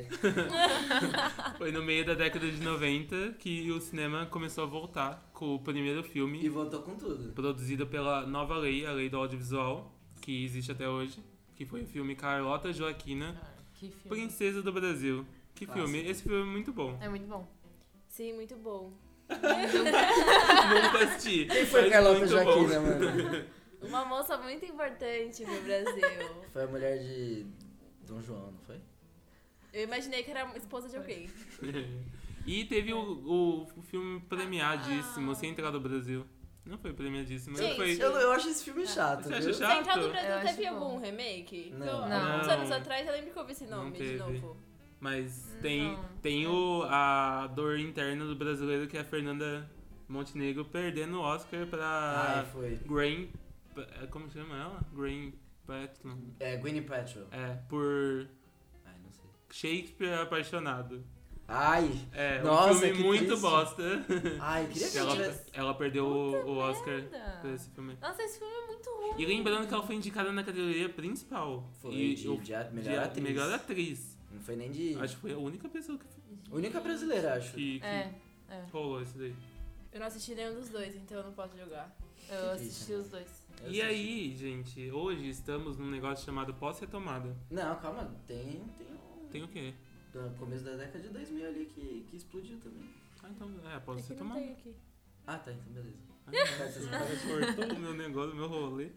Foi no meio da década de noventa que o cinema começou a voltar com o primeiro E filme voltou com tudo. produzido pela nova lei, a Lei do Audiovisual, que existe até hoje, que foi o filme Carlota Joaquina, Ah, que filme. Princesa do Brasil. Que Clássico. filme? Esse filme é muito bom. É muito bom. Sim, muito bom. Nunca assisti. Quem foi mas Carlota muito Joaquina, bom. mano? Um Uma moça muito importante pro Brasil. Foi a mulher de Dom João, não foi? Eu imaginei que era esposa de alguém. E teve o, o, o filme premiadíssimo, Central do Brasil. Não foi premiadíssimo, Gente, foi... Eu, eu acho esse filme chato, Você acha viu? chato? Central do Eu Brasil acho teve bom. algum remake? Não. Eu- Não. Uns anos atrás eu lembro que eu vi esse nome Não de teve. novo. Mas tem, Não. tem o, a dor interna do brasileiro, que é a Fernanda Montenegro perdendo o Oscar pra Ai, foi. Grain... Como chama ela? Grain Patlin. É, Gwyneth Paltrow. É, por Ai, não sei. Shakespeare Apaixonado. Ai, É, nossa, um filme que muito triste. bosta. Ai, queria que ela, tivesse... ela perdeu o, o Oscar merda. por esse filme. Nossa, esse filme é muito ruim. E lembrando que ela foi indicada na categoria principal. Foi, e de- o- de a- melhor de a- atriz. melhor atriz. Não foi nem de... Acho que foi a única pessoa que, Única brasileira, acho. que, que É, é. rolou isso daí. Eu não assisti nenhum dos dois, então eu não posso jogar. Eu assisti os dois. Eu E assisti. aí, gente, hoje estamos num negócio chamado pós-retomada. Não, calma, tem, tem um... Tem o quê? No começo da década de dois mil ali que, que explodiu também. Ah, então, é, É que não pós-retomada. tem aqui. Ah, tá, então beleza. Ah, cortou o meu negócio, o meu rolê.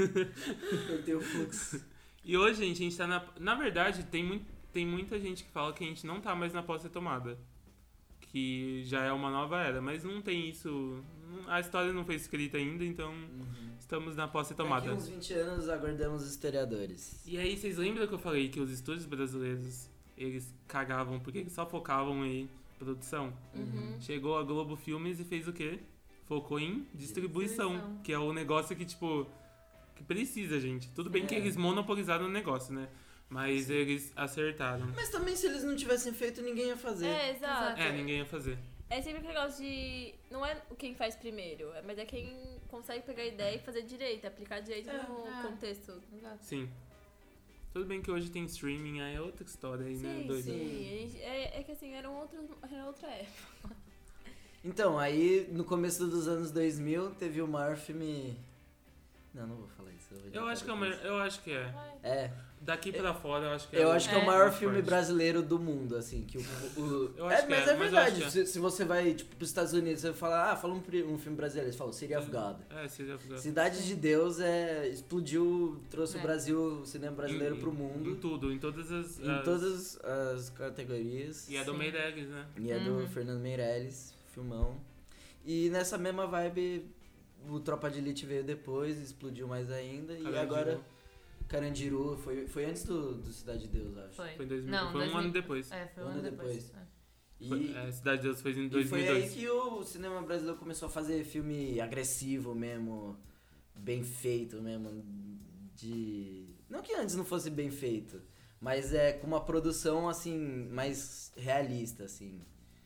Cortei o fluxo. E hoje, gente, a gente tá na... Na verdade, tem, muito, tem muita gente que fala que a gente não tá mais na pós-retomada. Que já é uma nova era, mas não tem isso... não- A história não foi escrita ainda, então estamos na Daqui pós-retomada. uns vinte anos aguardamos os historiadores. E aí, vocês lembram que eu falei que os estúdios brasileiros, eles cagavam porque eles só focavam em produção? Uhum. Chegou a Globo Filmes e fez o quê? Focou em distribuição, Distribuição. que é o negócio que, tipo, que precisa, gente. Tudo bem que É. eles monopolizaram o negócio, né? Mas eles acertaram. Mas também se eles não tivessem feito, ninguém ia fazer. É, exato. É, ninguém ia fazer. É sempre aquele negócio de... Não é quem faz primeiro, é- mas é quem consegue pegar a ideia e fazer direito, aplicar direito É, no é. contexto. Exato. Sim. Tudo bem que hoje tem streaming, aí é outra história aí, né? Sim, Doido. sim. É, é que assim, era, um outro, era outra época. Então, aí no começo dos anos dois mil teve o maior filme... Não, não vou falar isso. vou Eu editar acho que é o depois. maior, eu acho que é. É, Daqui pra fora, eu acho que é. eu o- acho que é o É. maior mais filme forte. brasileiro do mundo, assim, que o... o- Eu é, acho que mas é, é mas eu verdade, acho que é. se, se você vai, tipo, pros Estados Unidos, você fala, ah, fala um, pri- um filme brasileiro, eles falam City of God. É, City of God. Cidade de Deus é, explodiu, trouxe o É. Brasil, o cinema brasileiro Em- pro Em mundo, tudo, em todas as. em as- todas as categorias. E é do Sim. Meirelles, né? E é do Fernando Meirelles, filmão. E nessa mesma vibe, o Tropa de Elite veio depois, explodiu mais ainda. E Carandiru. agora, Carandiru, foi, foi antes do, do Cidade de Deus, acho. Foi. Foi em dois mil. Não, foi um dois mil. ano depois. É, foi um Um ano ano depois. depois. É. E, Foi- é, Cidade de Deus foi em e dois mil foi e aí dois. que o cinema brasileiro começou a fazer filme agressivo mesmo, bem feito mesmo, de... Não que antes não fosse bem feito, mas é com uma produção, assim, mais realista, assim,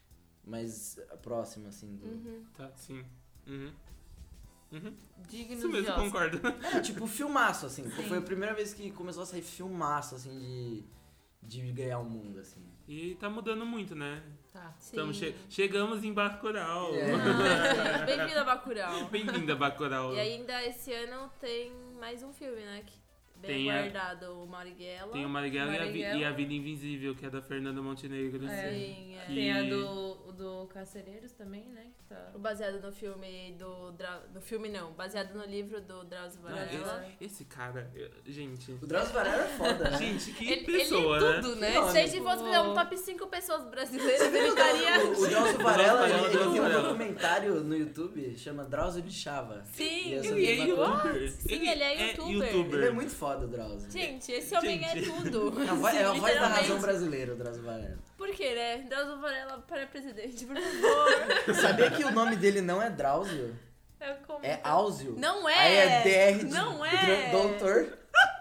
mais próxima, assim, do... Uhum. Tá, sim. Uhum. Uhum. Digno Isso de mesmo, Oscar. concordo. É, tipo, filmaço, assim. Sim. Foi a primeira vez que começou a sair filmaço, assim, de, de ganhar o mundo, assim. E tá mudando muito, né? Tá. Estamos Sim. che- chegamos em Bacurau. É. Ah, sim. Bem-vindo a Bacurau. Bem-vinda, Bacurau. E ainda esse ano tem mais um filme, né? Que bem Tem a- guardado, o Marighella. Tem o Marighella e, a Vi- Marighella. e a Vida Invisível, que é da Fernanda Montenegro. É. Sim, é. Que- Tem a do, do Carcereiros também, né? Que tá... Baseado no filme do... Dra... No filme não, baseado no livro do Drauzio Ah, Varela. esse, esse cara, eu- gente. O Drauzio Varela é foda, né? Gente, que Ele, pessoa, ele é né? tudo, né? Não, Se a gente fosse fazer um top cinco pessoas brasileiras, ele estaria... O, o Drauzio Varela, Varela, ele, ele Drauzio tem um Varela. documentário no YouTube, chama Drauzio de Chava. Sim, E essa Ele é mesma coisa. youtuber. Sim, ele é youtuber. Ele é muito foda, o Drauzio. Gente, esse homem Gente. é tudo. É a voz, é a voz da Literalmente. razão brasileira, o Drauzio Varela. Por quê, né? Drauzio Varela para presidente, por favor. Sabia que o nome dele não é Drauzio? É, como... É Áuzio. Não é. Aí é D R de Não é. dr- doutor.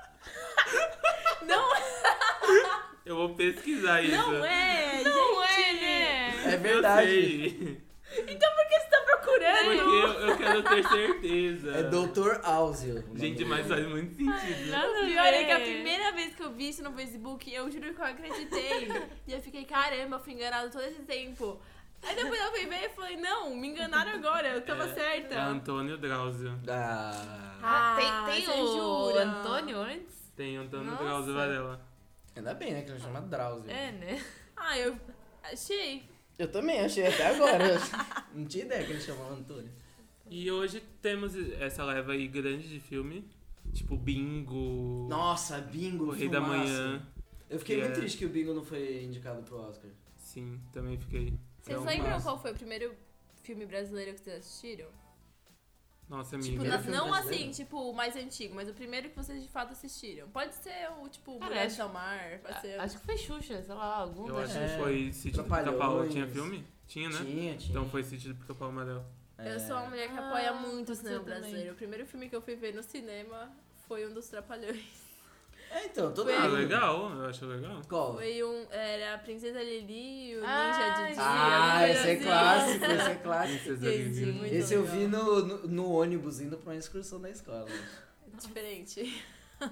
Não é. Eu vou pesquisar isso. Não é. Não gente. é, né? É verdade. Eu sei. Então por que você tá procurando? Porque eu, eu quero ter certeza. É doutor Áuzio. o nome Gente, dele. mas faz muito sentido. Nada O a pior é ver. que a primeira vez que eu vi isso no Facebook, eu juro que eu acreditei. E eu fiquei, caramba, eu fui enganado todo esse tempo. Aí depois eu fui ver e falei, não, me enganaram agora, eu tava É certa. Antônio Drauzio. Ah, Ah, tem tem você o jura? Antônio antes? Tem Antônio Nossa. Drauzio Varela. ainda bem, né? Que ele chama Drauzio. É, né? Ah, eu achei. Eu também achei até agora. Não tinha ideia que ele chamava Antônio. E hoje temos essa leva aí grande de filme, tipo Bingo. Nossa, Bingo, O Rei filmaço. da Manhã. Eu fiquei que muito é- triste que o Bingo não foi indicado pro Oscar. Sim, também fiquei. Vocês Então, lembram massa. qual foi o primeiro filme brasileiro que vocês assistiram? Nossa, Tipo, amiga. nas- filme não brasileiro? assim, tipo, o mais antigo, mas o primeiro que vocês de fato assistiram. Pode ser o, tipo, Cara, Mulheres acho- ao Mar, pode ser... Acho que foi Xuxa, sei lá, algum Eu desses. acho É, que foi Sítio do Trapalhões. Pica-Pau. Tinha filme? Tinha, né? Tinha, tinha. Então foi Sítio do Pica-Pau Amarelo. Eu sou uma mulher que Ah, apoia muito o pode cinema ser também. brasileiro. O primeiro filme que eu fui ver no cinema foi um dos Trapalhões. É, então, todo Foi- Ah, mundo. legal. Eu acho legal. Qual? Foi um... Era a Princesa Lili e o Ah, Ninja Didi. Ah, alguma esse é coisa assim. clássico, esse é clássico. Princesa Gente, Lili. muito Esse eu legal. vi no, no, no ônibus indo pra uma excursão da escola. Diferente.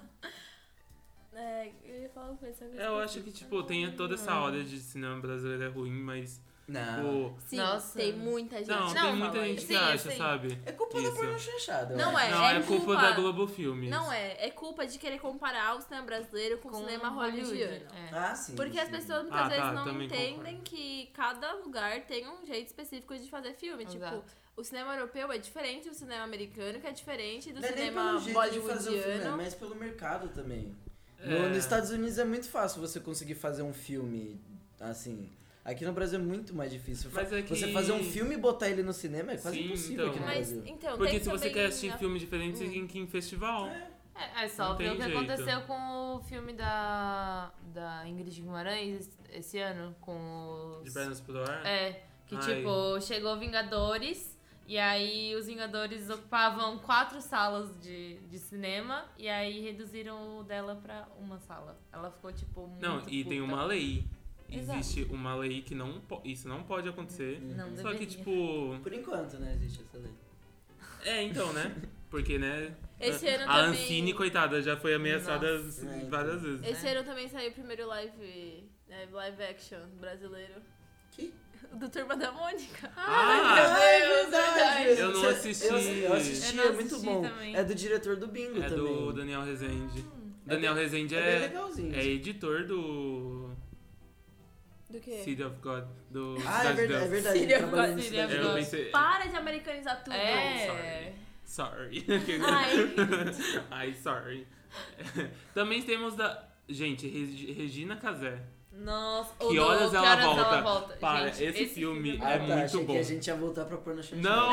É, eu ia falar uma coisa. É, eu acho que, tipo, tem toda essa hora de cinema brasileiro é ruim, mas, Não. tipo... Sim, Nossa. tem muita gente Não, que tem fala muita gente isso. que Sim, acha, sim. sabe? É culpa da Isso. porno chanchada. eu Não acho. é, Não, é, culpa, culpa- da Globo Filmes. Não é, é culpa de querer comparar o cinema brasileiro com, o cinema hollywoodiano. É. Ah, sim. Porque as sim. pessoas muitas Ah, vezes tá, não também entendem concordo. que cada lugar tem um jeito específico de fazer filme. Exato. Tipo, o cinema europeu é diferente do cinema americano, que é diferente do Não é nem cinema pelo jeito de fazer o filme, é bollywoodiano. mais pelo mercado também. É. No- nos Estados Unidos é muito fácil você conseguir fazer um filme assim. Aqui no Brasil é muito mais difícil. Mas é que- Você fazer um filme e botar ele no cinema é quase Sim, impossível então. aqui no Mas, Brasil. então, Porque tem se você também quer assistir a- filme diferente, você tem que ir em festival. É, é só Não ver tem o que jeito. aconteceu com o filme da, da Ingrid Guimarães esse- esse ano, com os... De pernas pro ar. É, que Ai. tipo, chegou Vingadores, e aí os Vingadores ocupavam quatro salas de, de cinema, e aí reduziram o dela pra uma sala. Ela ficou, tipo, muito Não, e tem puta. uma lei. Exato. Existe uma lei que não po- isso não pode acontecer. Não Só deveria. que, tipo... Por enquanto, né, existe essa lei. É, então, né? Porque, né? Esse a ano a também- Ancine, coitada, já foi ameaçada Nossa. É, então. várias vezes. Esse ano também saiu o primeiro live, né, live action brasileiro. Que? Do Turma da Mônica. Ah, meu Deus, Eu não Você- assisti. Eu, eu assisti, Eu não é muito assisti bom. também. É do diretor do Bingo É também. do Daniel Rezende. Daniel bem- Rezende é bem é, legalzinho. é editor do Do quê? City of God. Do Ah, é Cidade de verdade, é Deus. verdade. City ele of trabalha God, no City Cidade of de Eu Deus. pensei... Para de americanizar tudo. É. Sorry. Ai. Ai, sorry. Também temos da... Gente, Regi- Regina Casé. Nossa, Que o do horas Que ela Horas volta? Ela volta. Para, Gente, esse filme é Ah, É tá, muito achei bom. que a gente ia voltar pra porno chanchada. Não!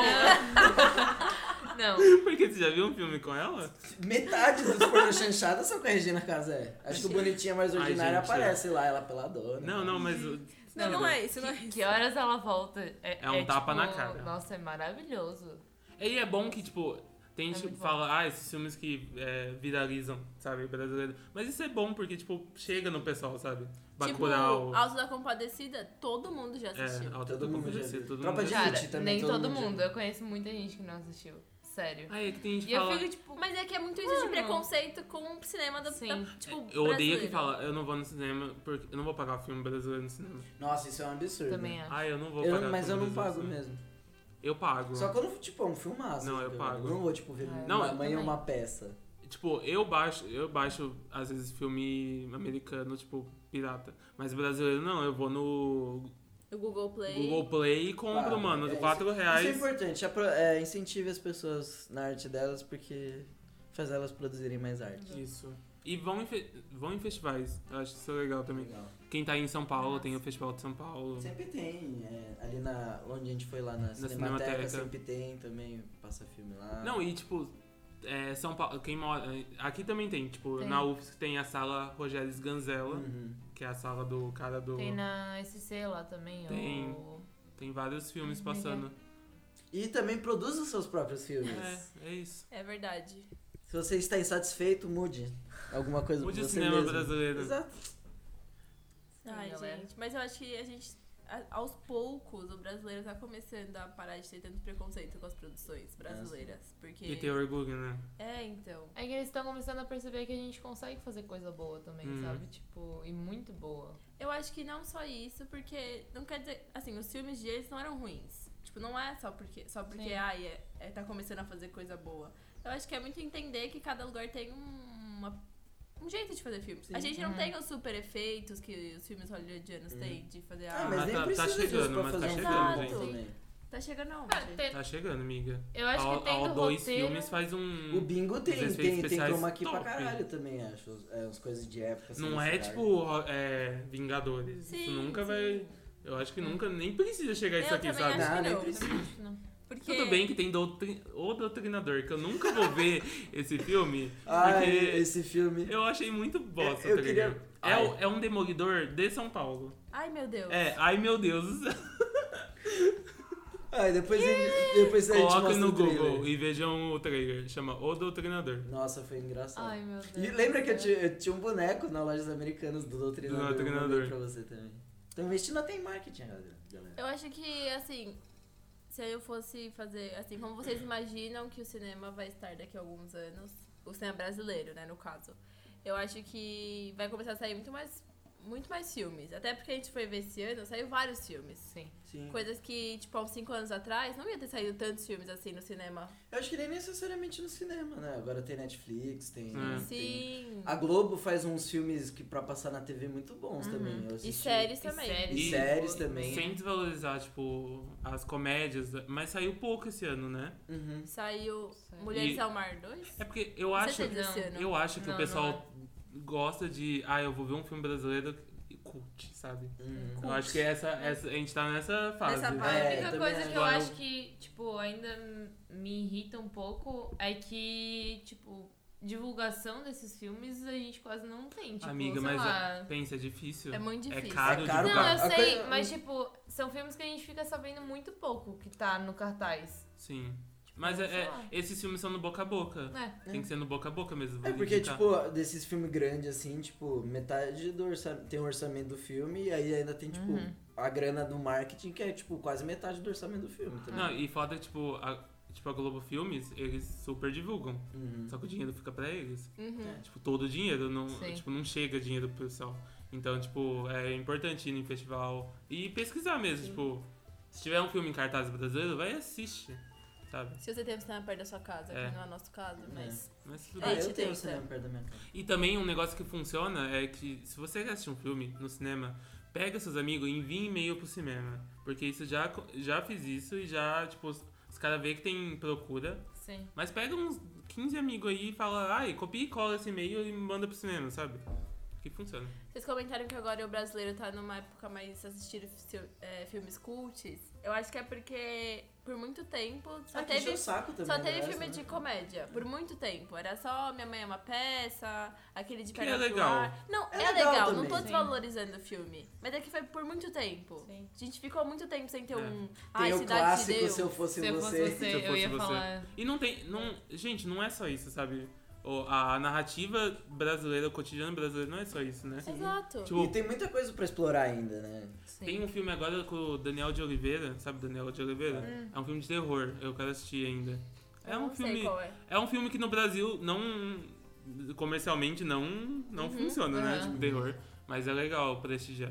Não. Porque você já viu um filme com ela? Metade dos porno chanchadas são com a Regina Casé. Acho que o Bonitinha Mais Ai, Ordinária gente. aparece lá, ela peladona. Não, não, mas... o- Não, não é isso, não é Que, isso. que horas ela volta? É, É um tapa tipo, na cara. Nossa, é maravilhoso. E é bom que, tipo, tem É gente que muito fala, ah, esses filmes que é, viralizam, sabe, brasileiro. Mas isso é bom, porque, tipo, chega no pessoal, sabe? Tipo, Bacurau. Alto da Compadecida, todo mundo já assistiu. É, Alta Todo mundo já Compadecida, viu. todo Tropa mundo de já Cara, Elite também, nem todo todo mundo já mundo. viu. Eu conheço muita gente que não assistiu. Sério. Ah, é que tem gente que E eu fala... fico, tipo... Mas é que é muito isso de Mano. preconceito com o cinema da, Sim. da tipo, Eu odeio brasileiro. que fala, eu não vou no cinema, porque eu não vou pagar filme brasileiro no cinema. Nossa, isso é um absurdo. Também acho. Ah, eu não vou Eu- pagar mas eu filme não brasileiro pago no cinema. mesmo. Eu pago. Só quando, tipo, é um filmaço. Não, eu tipo, pago. Não vou, tipo, ver Ah, Não, uma eu mãe também. uma peça. Tipo, eu baixo, eu baixo, às vezes, filme americano, tipo, pirata. Mas brasileiro não, eu vou no O Google Play. Google Play e compro, Ah, mano, é, quatro isso- reais. Isso é importante. apro- É, incentive as pessoas na arte delas, porque faz elas produzirem mais arte. Isso. E vão em, fe- vão em festivais, eu acho isso legal também. Legal. Quem tá aí em São Paulo, Nossa. tem o Festival de São Paulo. Sempre tem. é, ali na, onde a gente foi lá na, Cinemateca, Cinemateca. sempre tem também. Passa filme lá. Não, e tipo, é, São Paulo, quem mora. Aqui também tem, tipo, Tem. na U F S C tem a sala Rogério Sganzella, Uhum. que é a sala do cara do. Tem na S C lá também. Tem. O... Tem vários filmes Uhum. passando. E também produz os seus próprios filmes. É, é isso. É verdade. Se você está insatisfeito, mude. Alguma coisa Mude pra o você cinema mesmo. brasileiro. Exato. Ai, galera. gente. Mas eu acho que a gente, a- aos poucos, o brasileiro tá começando a parar de ter tanto preconceito com as produções brasileiras. Porque. E ter orgulho, né? É, então. É que eles estão começando a perceber que a gente consegue fazer coisa boa também, Hum. sabe? Tipo, e muito boa. Eu acho que não só isso, porque não quer dizer. Assim, os filmes de eles não eram ruins. Tipo, não é só porque, só porque Sim. ai, é, é, tá começando a fazer coisa boa. Eu acho que é muito entender que cada lugar tem um, uma, um jeito de fazer filmes. A gente não Uhum. tem os super efeitos que os filmes hollywoodianos têm de fazer Ah, ah, mas mas nem tá- tá precisa disso chegando, pra mas fazer tá um chegando, filme gente. também. Tá chegando aonde? Ah, tem- Tá chegando, amiga. Eu acho a, que tem a do dois roteiro- filmes faz um... O Bingo tem, dezesseis tem, tem especiais chroma aqui pra top. caralho também, acho. É, umas coisas de época. assim, Não é nessa tipo é, Vingadores. Sim, Isso nunca sim. vai... Eu acho que nunca, nem precisa chegar isso Eu aqui, também sabe? acho que Não, nem não. precisa. Porque... Tudo bem que tem doutrin... O Doutrinador, que eu nunca vou ver esse filme, Ah, porque esse filme. eu achei muito bosta, Eu- eu tá queria- ligado? É, Ai. o- é um demolidor de São Paulo. Ai, meu Deus. É, ai meu Deus do céu. Ah, depois, ele- depois a gente Coloquem mostra no o trailer. Google e vejam o trailer. Chama O Doutrinador. Nossa, foi engraçado. Ai, meu Deus. E lembra que eu tinha, eu tinha um boneco na Lojas Americanas do Doutrinador? Do Doutrinador. Eu mandei pra você também. Então investindo tem marketing, galera. Eu acho que, assim, se eu fosse fazer, assim, como vocês imaginam que o cinema vai estar daqui a alguns anos, o cinema brasileiro, né, no caso, eu acho que vai começar a sair muito mais, muito mais filmes. Até porque a gente foi ver esse ano, saiu vários filmes. Sim. Sim. Coisas que, tipo, há uns cinco anos atrás, não ia ter saído tantos filmes assim no cinema. Eu acho que nem necessariamente no cinema, né? Agora tem Netflix, tem... É. tem- Sim. A Globo faz uns filmes que pra passar na T V muito bons também. Eu E assisti. séries E também. séries. E E- séries também. Sem desvalorizar, tipo, as comédias, mas saiu pouco esse ano, né? Uhum. Saiu Sério. Mulheres E- ao Mar dois? É porque eu Com acho, certeza esse Não. ano. eu acho que Não, o não pessoal gosta de, ah, eu vou ver um filme brasileiro e cult, sabe? Uhum. Eu acho que essa, essa, a gente tá nessa fase. Nessa A fase. É, única também coisa acho. que eu Agora, acho que, tipo, ainda m- me irrita um pouco é que, tipo, divulgação desses filmes a gente quase não tem. Tipo, Amiga, sei mas lá. é, pensa, é difícil. É muito difícil. É caro, É caro de Não, pra- eu a sei, coisa- mas, tipo, são filmes que a gente fica sabendo muito pouco que tá no cartaz. Sim. Mas é, sei é- lá. esses filmes são no boca a boca. É. Tem que ser no boca a boca mesmo. É vou porque, indicar. tipo, desses filmes grandes, assim, tipo, metade do orçamento tem o orçamento do filme e aí ainda tem, tipo, Uhum. a grana do marketing, que é, tipo, quase metade do orçamento do filme também. Não, e foda, tipo, a, tipo, a Globo Filmes, eles super divulgam. Uhum. Só que o dinheiro fica pra eles. Uhum. Tipo, todo o dinheiro, não, Sim. tipo, não chega dinheiro pro pessoal. Então, tipo, é importante ir no festival e pesquisar mesmo, tipo, se tiver um filme em cartaz brasileiro, vai e assiste, sabe? Se você tem um cinema perto da sua casa, É. que não é o nosso caso, mas... Mas tudo Ah, bem. É, eu te tenho um tenta. cinema perto da minha casa. E também um negócio que funciona é que se você quer assistir um filme no cinema, pega seus amigos e envia e-mail pro cinema. Porque isso já, já fiz isso e já, tipo, os, os caras veem que tem procura. Sim. Mas pega uns quinze amigos aí e fala, ai, copia e cola esse e-mail e manda pro cinema, sabe? Que funciona. Vocês comentaram que agora o brasileiro tá numa época mais assistir fi- é, filmes cults. Eu acho que é porque por muito tempo só Ah, que encheu teve, o saco também, só teve né, filme essa, de né? comédia. Por muito tempo. Era só Minha Mãe é uma Peça, aquele de Que Perna é pro legal. Ar. Não, É é, legal legal, não também. tô Sim. desvalorizando o filme. Mas é que foi por muito tempo. Sim. A gente ficou muito tempo sem ter É. um. Ai, Tem o Cidade clássico de Deus. Se Eu Fosse Se eu Você. fosse você, Se eu eu fosse ia você. falar. E não tem. Não, gente, não é só isso, sabe? O- A narrativa brasileira, o cotidiano brasileiro não é só isso, né? Exato. Tipo, E tem muita coisa pra explorar ainda, né? Sim. tem um filme agora com o Daniel de Oliveira, sabe Daniel de Oliveira? É um filme de terror, eu quero assistir ainda. É Eu um não sei filme. qual é. É um filme que no Brasil não. Comercialmente não, não funciona, né? Uhum. Tipo, terror. Mas é legal prestigiar.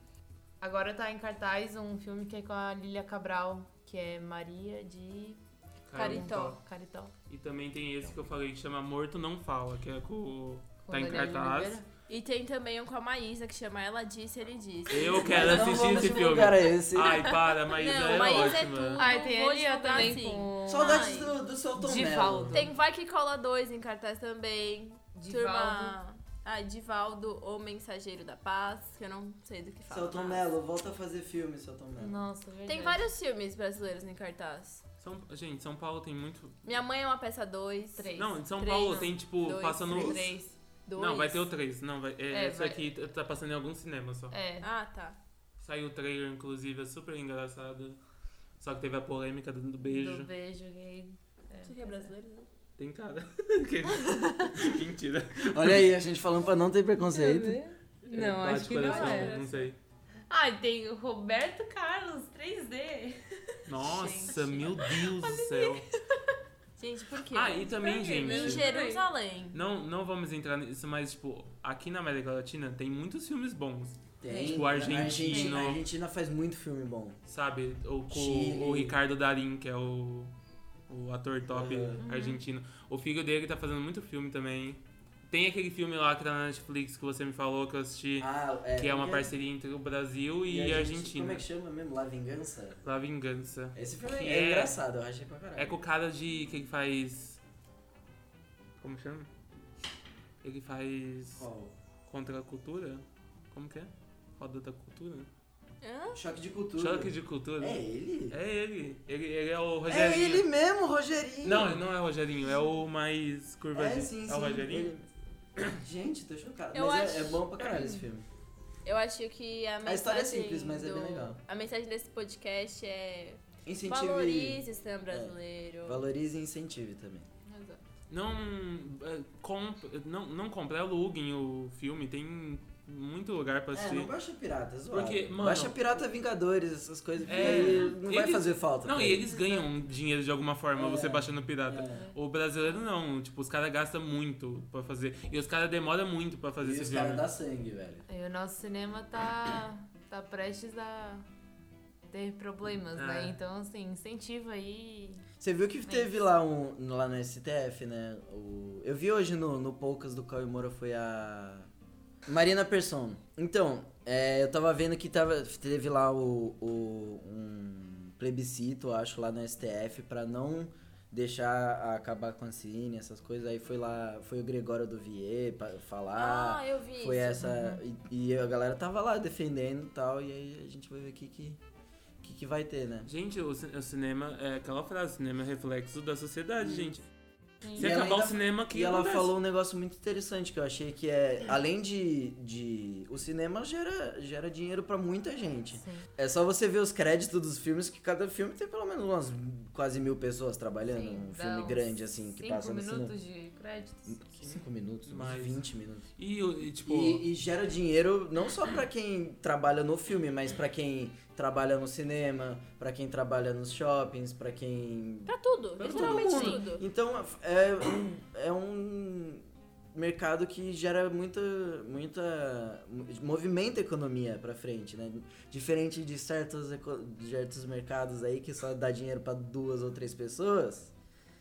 Agora tá em cartaz um filme que é com a Lília Cabral, que é Maria de Caritó. Caritó. E também tem esse que eu falei que chama Morto Não Fala, que é com. o- Com Tá em Daniel de cartaz. Oliveira. E tem também um com a Maísa que chama Ela Disse, Ele Disse. Eu quero Mas não assistir vamos esse filme. divulgar esse. Ai, para, Maísa Não, é Maísa é ótima. tudo. Ai, tem Vou ali ó, divulgar também assim. com... Saudades Ai. do, do Celton Divaldo. Mello. Tem Vai Que Cola dois em cartaz também. Divaldo. Turma... Ai, Divaldo, O Mensageiro da Paz, que eu não sei do que fala. Celton mas- Mello, volta a fazer filme, Celton Mello. Nossa, verdade. Tem vários filmes brasileiros em cartaz. São, gente, São Paulo tem muito. Minha Mãe é uma Peça dois. Três. Não, em São Três, Paulo não. tem, tipo, Dois, passando. Três. Dois. Não, vai ter o três. Não, vai. É, É, esse vai- aqui tá passando em algum cinema só. É. Ah, tá. Saiu o trailer, inclusive, é super engraçado. Só que teve a polêmica do, do beijo. Do beijo gay. Você que é brasileiro, né? Tem cara. Que- Mentira. Olha aí, a gente falando pra não ter preconceito. Não, Bate acho que não coração, é. Não sei. Ah, tem o Roberto Carlos, três D. Nossa, Gente. meu Deus do céu. Gente, por quê? Ah, e também, Por quê? Em gente. Jerusalém. Não, não vamos entrar nisso, mas, tipo, aqui na América Latina tem muitos filmes bons. Tem. Tipo, argentino. A Argentina, a Argentina faz muito filme bom. Sabe? O, com Chile. o Ricardo Darín, que é o, o ator top Uhum. argentino. O filho dele tá fazendo muito filme também. Tem aquele filme lá que tá na Netflix que você me falou, que eu assisti, Ah, é, que é uma e- parceria entre o Brasil e, e a, gente- Argentina. Como é que chama mesmo? La Vingança? La Vingança. Esse filme Que é, engraçado, eu achei pra caralho. É com o cara de... que ele faz... Como chama? Ele faz... Qual? Contra a Cultura? Como que é? Roda da Cultura? Hã? Choque de Cultura. Choque de Cultura. É ele? É ele. Ele, ele é o É Rogerinho. ele mesmo, Rogerinho. Não, ele não é o Rogerinho, é o mais curvadinho. É, sim, é sim. o Rogerinho? ele- Gente, tô chocado. Eu Mas acho- é, é bom pra caralho esse filme. Eu acho que a mensagem A história é simples, mas é do- bem legal. A mensagem desse podcast é Incentive... valorize o cinema brasileiro. Valorize e incentive também. Exato. Não, é, comp, não, não compre, aluguem o filme, tem muito lugar pra É, assistir. não baixa pirata, é zoado. Porque, mano, Baixa pirata Vingadores, essas coisas, porque É, aí não vai eles- fazer falta. Não, pra e eles. eles ganham dinheiro de alguma forma, É, você baixando pirata. é. O brasileiro não, tipo, os caras gastam muito pra fazer. E os caras demoram muito pra fazer E esse os filme. caras dão sangue, velho. E o nosso cinema tá, tá prestes a ter problemas, É. né? Então, assim, incentiva aí. Você viu que teve lá, um, lá no S T F, né? O, eu vi hoje no, no Poucas do Cauê Moura, foi a Marina Persson. Então, é, eu tava vendo que tava, teve lá o, o- um plebiscito, acho, lá no S T F, pra não deixar acabar com a Cine, essas coisas. Aí foi lá, foi o Gregório do Vier pra falar. Ah, eu vi Foi isso. essa. E, e a galera tava lá defendendo e tal, e aí a gente vai ver o que que, que, que vai ter, né? Gente, o, ci- o cinema, é aquela frase, o cinema é reflexo da sociedade, gente. Se E ela acabar o ainda- cinema aqui, E ela acontece. falou um negócio muito interessante que eu achei que é, além de, de o cinema gera, gera dinheiro pra muita gente. Sim. É só você ver os créditos dos filmes, que cada filme tem pelo menos umas quase mil pessoas trabalhando. Sim, um dá filme uns grande assim que cinco passa no cinema. minutos de créditos. Cinco minutos, mais Mais. vinte minutos. E, o- e, tipo... E, e gera dinheiro não só pra quem trabalha no filme, mas pra quem trabalha no cinema, pra quem trabalha nos shoppings, pra quem Pra tudo, Pra literalmente todo mundo. tudo. Então é um, é um mercado que gera muita, muita movimenta a economia pra frente, né? Diferente de certos, eco- de certos mercados aí que só dá dinheiro pra duas ou três pessoas.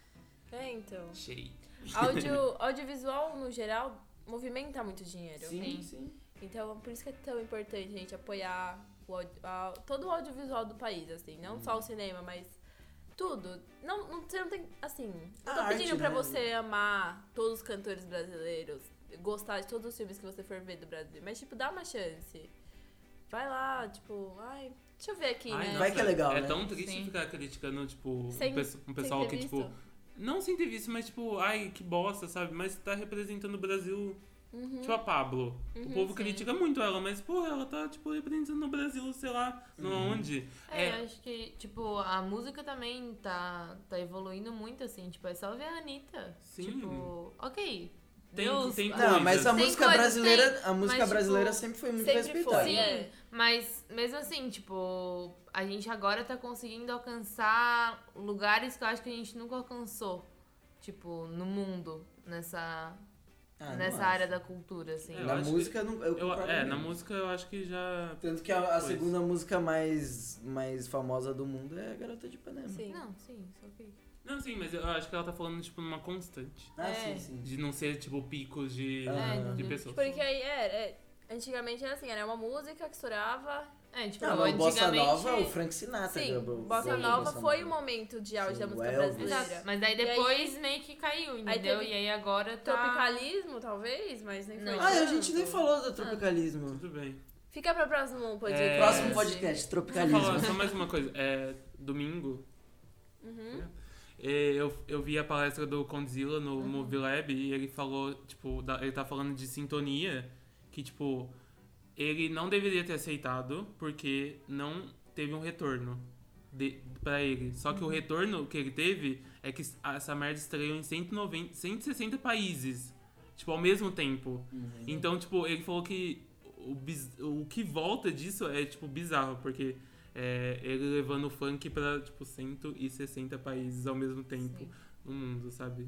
É, então. Cheio. Audio, audiovisual, no geral, movimenta muito dinheiro. Sim, sim. Então, por isso que é tão importante a gente apoiar o audio- a- todo o audiovisual do país, assim. Não só o cinema, mas tudo. Não, não, você não tem, assim... Não tô A pedindo arte, pra né? você amar todos os cantores brasileiros, gostar de todos os filmes que você for ver do Brasil. Mas, tipo, dá uma chance. Vai lá, tipo... Ai, deixa eu ver aqui, Ai, né? Vai que é legal, É né? tão triste Sim. ficar criticando, tipo, Sem- um, pe- um pessoal sem ter que, visto. tipo... Não sem ter visto, mas tipo, ai, que bosta, sabe? Mas tá representando o Brasil... Uhum. Tipo a Pablo. Uhum, o povo sim. critica muito ela, mas, porra, ela tá, tipo, representando o Brasil, sei lá, não Uhum. onde. É, É, eu acho que, tipo, a música também tá, tá evoluindo muito, assim. Tipo, é só ver a Anitta. Sim. Tipo, ok. Tem- Deus, tem ah, Não, mas a Tem música coisas, brasileira, tem, a música mas, brasileira tipo, sempre foi muito sempre respeitada. foi, Sim, é. mas mesmo assim, tipo, a gente agora tá conseguindo alcançar lugares que eu acho que a gente nunca alcançou. Tipo, no mundo, nessa, Ah, não nessa acho. área da cultura, assim. É, eu Na acho música, não, eu eu, concordo é, muito. na música eu acho que já... Tanto que a, a Pois. segunda música mais, mais famosa do mundo é Garota de Ipanema. Sim. Não, sim, isso ok. Não, sim, mas eu acho que ela tá falando, tipo, numa constante. Ah, É. sim, sim. De não ser, tipo, picos de, Ah. de É, pessoas. Porque aí, é, é, antigamente era assim, era uma música que estourava. É, tipo, Não, mas o Bossa antigamente... Nova, o Frank Sinatra. Sim, gravou- Bossa gravou Nova Bossa foi o Nova. momento de auge Sim, da o música Elvis. brasileira. Exato, mas daí E aí- depois meio que caiu, entendeu? teve E aí agora tá... Tropicalismo, talvez, mas nem foi Não. Ah, a tanto. gente nem falou do tropicalismo. Tudo bem. Fica pra próximo podcast. É, Próximo podcast, Só, tropicalismo. falar, só mais uma coisa. É, domingo, Uhum. é, eu, eu vi a palestra do Condzilla no Movie Lab e ele falou, tipo, da- ele tá falando de sintonia, que, tipo, ele não deveria ter aceitado porque não teve um retorno de, pra ele. Só que o retorno que ele teve é que essa merda estreou em cento e noventa, cento e sessenta países, tipo, ao mesmo tempo. Então, tipo, ele falou que o, biz- o que volta disso é, tipo, bizarro, porque é, ele levando o funk pra, tipo, cento e sessenta países ao mesmo tempo Sim. no mundo, sabe?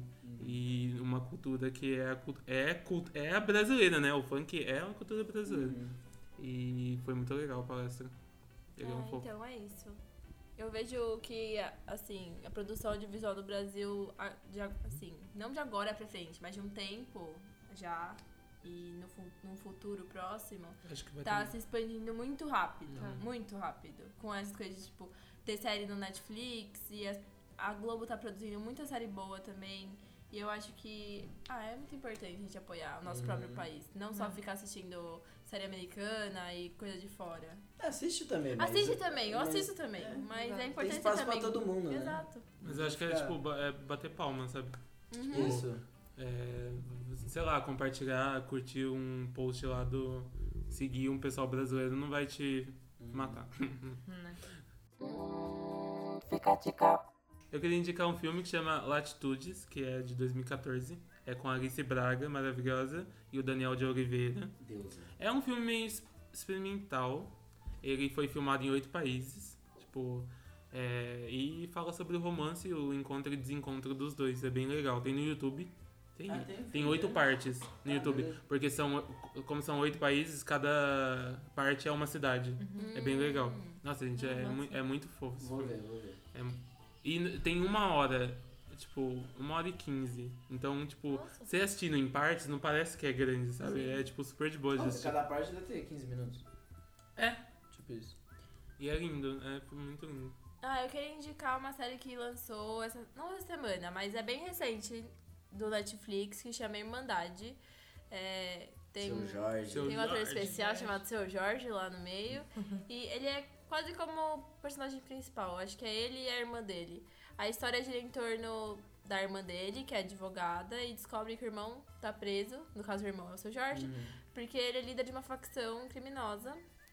E uma cultura que é a, cult- é, cult- é a brasileira, né? O funk é uma cultura brasileira. E foi muito legal a palestra. Ele é um Ah, fofo. então é isso. Eu vejo que, assim, a produção audiovisual do Brasil, a- de a- assim, não de agora pra frente, mas de um tempo, já e no, fu- num futuro próximo, Acho que vai tá ter... se expandindo muito rápido, Uhum. muito rápido. Com essas coisas, tipo, ter série no Netflix e a, a Globo tá produzindo muita série boa também. E eu acho que ah, é muito importante a gente apoiar o nosso Uhum. próprio país. Não só Uhum. ficar assistindo série americana e coisa de fora. Assiste também, mas... Assiste também, eu mas- assisto também. Mas exato. é Tem importante espaço também. pra todo mundo, né? Exato. Mas eu acho que é, Fica- tipo, ba- é bater palma, sabe? Uhum. Isso. É, sei lá, compartilhar, curtir um post lá do... Seguir um pessoal brasileiro não vai te matar. Né? Fica a dica. Eu queria indicar um filme que chama Latitudes, que é de dois mil e catorze. É com a Alice Braga, maravilhosa, e o Daniel de Oliveira. Deus. É um filme meio es- experimental. Ele foi filmado em oito países. Tipo... é, e fala sobre o romance, o encontro e desencontro dos dois. É bem legal. Tem no YouTube. Tem, Ah, tem? tem oito partes no Ah, YouTube. beleza. Porque são, como são oito países, cada parte é uma cidade. É bem legal. Nossa, gente, é, Nossa. mui- é muito fofo. esse Vou filme. ver, vou ver. É, e n- tem uma hora, tipo, uma hora e quinze. Então, tipo, Nossa. você assistindo em partes, não parece que é grande, sabe? Sim. É, tipo, super de boa de Não, assistir. cada parte deve ter quinze minutos. É. Tipo isso. E é lindo, é muito lindo. Ah, eu queria indicar uma série que lançou, essa, não essa semana, mas é bem recente, do Netflix, que chama Irmandade. É, tem, Seu Jorge. Seu tem um ator Jorge. especial chamado Seu Jorge lá no meio. E ele é quase como o personagem principal. Acho que é ele e a irmã dele. A história gira em torno da irmã dele, que é advogada, e descobre que o irmão tá preso. No caso, o irmão é o Seu Jorge. Uhum. Porque ele é líder de uma facção criminosa.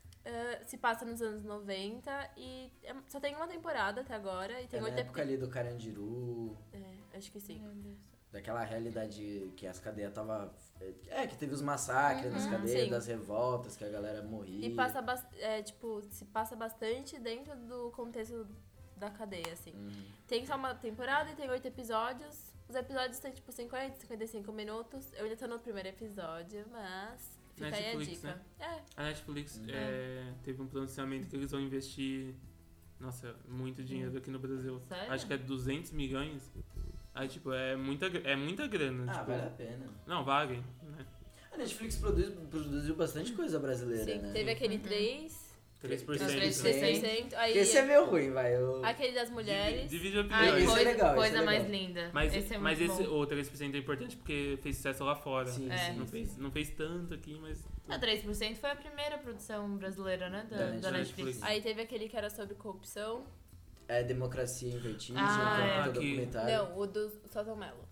Uh, se passa nos anos noventa e é- só tem uma temporada até agora. E tem É na oito época episódios. ali do Carandiru, É, acho que sim. Meu Deus. daquela realidade que as cadeias tava... É, que teve os massacres nas Uhum, cadeias, sim. das revoltas, que a galera morria. E passa, bas- é, tipo, se passa bastante dentro do contexto da cadeia, assim. Uhum. Tem só uma temporada e tem oito episódios. Os episódios têm, tipo, cinquenta, cinquenta e cinco minutos. Eu ainda tô no primeiro episódio, mas fica aí a Netflix, dica. É, A Netflix Uhum. é, teve um pronunciamento que eles vão investir, nossa, muito dinheiro aqui no Brasil. Sério? Acho que é duzentos milhões. Aí, tipo, é muita, gr- é muita grana. Ah, tipo, vale a pena. Não, vale, né? A Netflix produz, produziu bastante coisa brasileira, sim. né? Teve aquele três três por três cento. por cento. Aí, Esse é meio ruim, vai. Eu... aquele das mulheres. Divide a Ai, Esse é opinião. coisa, legal, esse coisa é mais legal. linda. Mas esse é mas muito esse, bom. o três por cento é importante porque fez sucesso lá fora. Sim, É. sim, Não sim. fez, não fez tanto aqui, mas... Ah, três por cento foi a primeira produção brasileira, né? Da, Da da Netflix. Netflix. Aí teve aquele que era sobre corrupção. É Democracia em Vertigem, Ah, que é é. um Aqui. documentário. Não, o do Salton Mello.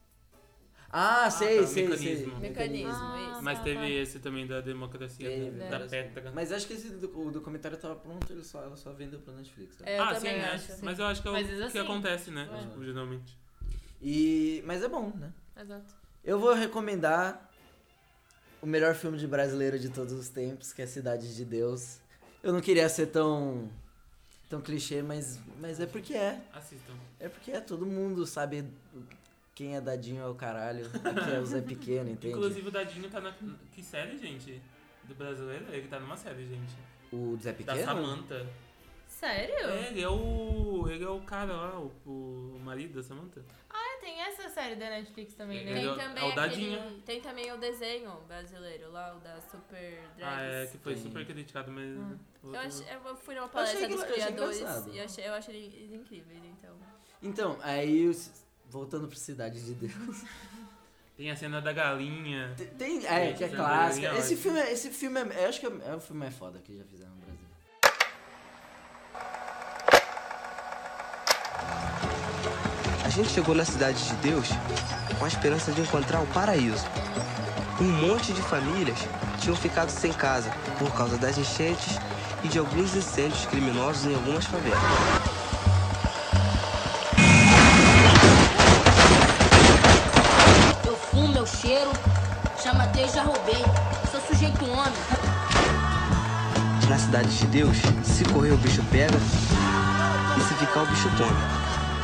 Ah, sei, tá, sei, Mecanismo. sei. Mecanismo, Ah, isso. Mas tá, teve tá. esse também da democracia, Teve, da, da várias- Petra. Mas acho que esse do- o documentário tava pronto, ele só, ela só vendeu pra Netflix. Tá? É, eu ah, sim, também né? acho. Mas eu acho que é o Mas que assim, acontece, né? é. Tipo, geralmente. E... Mas é bom, né? Exato. Eu vou recomendar o melhor filme de brasileiro de todos os tempos, que é Cidade de Deus. Eu não queria ser tão... tão clichê, mas, mas é porque é. Assistam. É porque é, todo mundo sabe quem é Dadinho é o caralho, aqui é o Zé Pequeno, entende? Inclusive o Dadinho tá na... Que série, gente? Do brasileiro? Ele tá numa série, gente. O Zé Da Pequeno? Samantha. Sério? É, ele é o... Ele é o cara lá, o, o marido da Samantha. Ah, tem essa série da Netflix também, É, né? ele Tem é o- também é o aquele, Dadinho. tem também o desenho brasileiro lá, o da Super Drags. Ah, é, que foi Tem. super criticado, mas... Eu, achei, eu fui numa Eu achei palestra dos aquilo- eu achei criadores engraçado. e achei, eu achei eles incríveis, então. Então, aí, os- voltando pra Cidade de Deus. Tem a cena da galinha. Tem- Tem, é, Gente, que é essa clássica. galinha é Esse ótima. filme, é- esse filme é, eu acho que é, é o filme mais foda que já fizeram no Brasil. A gente chegou na Cidade de Deus com a esperança de encontrar o paraíso. Um monte de famílias tinham ficado sem casa por causa das enchentes e de alguns incêndios criminosos em algumas favelas. Eu fumo, eu cheiro, chama Deus, já roubei. Sou sujeito homem. Na Cidade de Deus, se correr o bicho pega e se ficar o bicho come.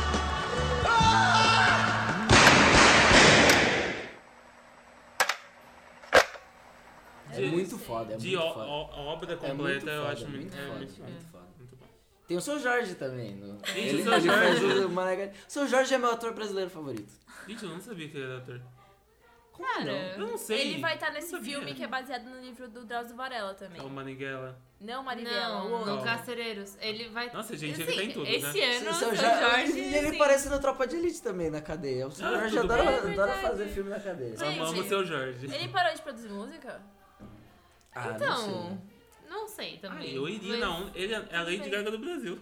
É muito foda, é De muito o- foda. o- obra É completa, muito eu foda, acho é muito, muito é foda, muito, muito foda. foda. Muito bom. Tem o Seu Jorge também. No, Gente, ele, o Seu ele faz Jorge. o Mané Galinha. Seu Jorge é meu ator brasileiro favorito. Gente, eu não sabia que ele era ator. Cara, Eu não sei. ele vai estar Não nesse sabia. filme que é baseado no livro do Drauzio Varela também. É o Marighella. Não, Marighella, o Não, outro. no Carcereiros. Ele vai... Nossa, gente, assim, ele tá em tudo, esse né? ano, o Seu Seu Jorge- Jorge... E ele assim, aparece no Tropa de Elite também, na cadeia. O Seu Ah, Jorge tudo adora, bem. É adora verdade. fazer filme na cadeia. Gente, Amamos seu Jorge. Ele parou de produzir música? Ah, não Então, sei. não sei Ah, também. eu iria, mas- não. Ele é a Lady Gaga do Brasil.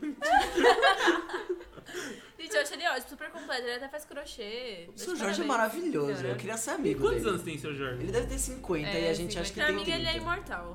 Gente, eu achei ele ótimo, super completo. Ele até faz crochê. O Seu Jorge é maravilhoso, eu queria ser amigo Quantos dele. anos tem seu Jorge? Ele deve ter cinquenta É, e a gente acha que Pra tem mim, trinta. ele é imortal.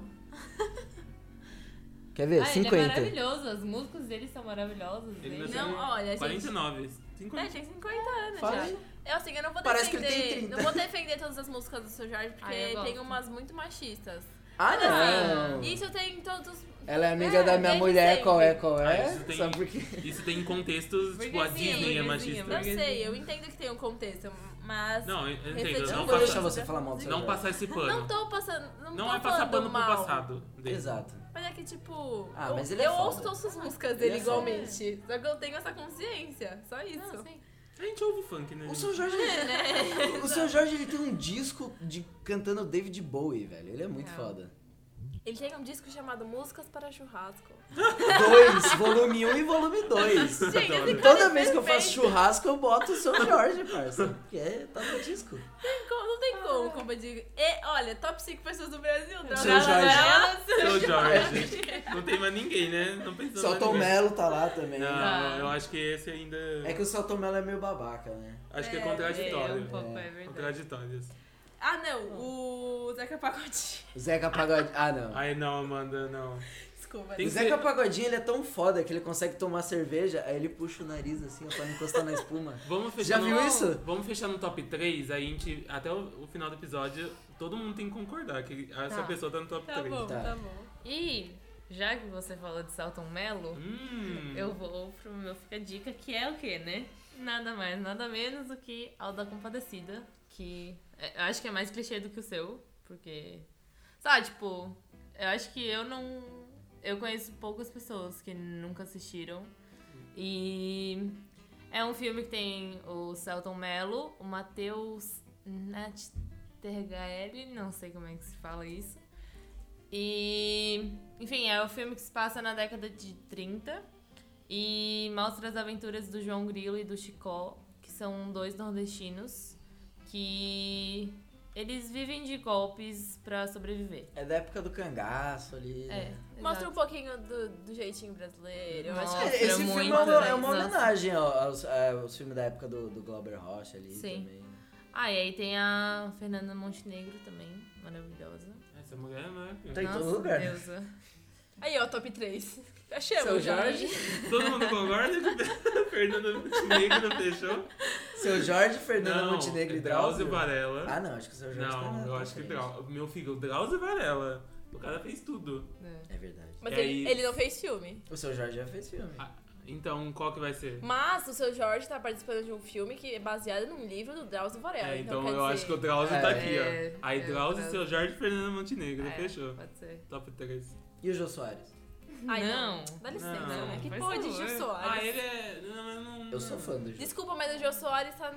Quer ver? Ah, cinquenta. ele é maravilhoso, as músicas dele são maravilhosas. Ele Ele... nasceu Não, olha, gente. quarenta e nove. É, cinquenta. tem cinquenta anos Fala já. aí. Eu, assim, eu não vou Parece que ele defender. tem trinta. Não vou defender todas as músicas do Seu Jorge, porque Ah, eu tem gosto. umas muito machistas. Ah, Mas, assim, não. isso tem em todos. Ela é amiga É, da minha desde mulher, sempre. qual é, qual Ah, é? isso tem- Sabe por quê? Isso tem em contextos, tipo, a Burguesinha, Disney é burguesinha, machista. Eu sei, eu entendo que tem um contexto, mas. Não, eu entendo. refletindo Não Não um vou pouco deixar sobre você a falar mal do Seu Não Jorge. passar esse pano. Não tô passando. Não, Não tô é passar falando pano pro mal. passado dele. Exato. Mas é que, tipo. Ah, eu mas ele é eu foda. ouço todas as músicas Ele dele é foda. igualmente. Só que eu tenho essa consciência. Só isso. Não, sim. A gente ouve funk, né? O gente? Seu Jorge, né? o Seu Jorge ele tem um disco de cantando David Bowie, velho. Ele é muito É. foda. Ele tem um disco chamado Músicas para Churrasco. Dois, volume um e volume dois. Gente, esse E cara toda é vez que eu faço perfeito. churrasco, eu boto o Seu Jorge, parça. Porque é, tá no disco. Tem como- Não tem como, como eu digo. E, olha, top cinco pessoas do Brasil. Seu Jorge. Seu Jorge. Não tem mais ninguém, né? Não pensando Celton mais ninguém. Mello tá lá também. Não, Tá. eu acho que esse ainda... É que o Celton Mello é meio babaca, né? Acho que é É, contraditório. É, um pouco, é, verdade. Contraditórias. Ah, não. O Zeca Pagodinho. Zeca Pagodinho. Ah, não. Ai, não, Amanda, não. Desculpa. Tem O que Zeca ser- Pagodinho, ele é tão foda que ele consegue tomar cerveja, aí ele puxa o nariz assim, ó, pra não encostar na espuma. Vamos fechar Já no... viu isso? Vamos fechar no top três, aí a gente, até o, o final do episódio, todo mundo tem que concordar que essa Tá. pessoa tá no top Tá três. bom, Tá. tá bom. E, já que você falou de Celton Mello, Hum. eu vou pro meu Fica a Dica, que é o quê, né? Nada mais, nada menos do que Auto da Compadecida, que é, eu acho que é mais clichê do que o seu, porque, sabe, tipo, eu acho que eu não... Eu conheço poucas pessoas que nunca assistiram, e é um filme que tem o Celton Mello, o Matheus Nattergaele, não sei como é que se fala isso, e, enfim, é um filme que se passa na década de trinta e mostra as aventuras do João Grilo e do Chicó, que são dois nordestinos que eles vivem de golpes pra sobreviver. É da época do cangaço ali. É, né? Mostra um exato. pouquinho do, do jeitinho brasileiro. Eu acho Nossa, que É, esse muito, filme é uma, é uma nossa. homenagem ao- aos, é, aos filmes da época do, do Glauber Rocha ali Sim. também. Ah, e aí tem a Fernanda Montenegro também, maravilhosa. Essa mulher, né? Tá em Nossa, todo lugar. deusa. Aí, ó, top três. Achamos, Seu já. Jorge. Todo mundo concorda que Fernanda Montenegro fechou? Seu Jorge, Fernanda Não, Montenegro e Drauzio Drauzio. Varela. Ah, não, acho que o seu Jorge tá Não, na- eu na acho que frente. Drauzio. Meu filho, o Drauzio Varela. O cara fez tudo. É verdade. Mas E ele, aí- ele não fez filme. O seu Jorge já fez filme. Ah, então, qual que vai ser? Mas o seu Jorge tá participando de um filme que é baseado num livro do Drauzio Varela. É, então quer eu dizer, acho que o Drauzio É. tá aqui, É, ó. Aí é, Drauzio, o seu Jorge e Fernanda Montenegro. É, Fechou. pode ser. Top três. E o Jô Soares? Ai, não. Não. Dá licença, Não, né? Que faz pode, favor. Jô Soares. Ah, ele é. Não, eu não. Eu sou fã do Jô. Desculpa, mas o Jô Soares tá...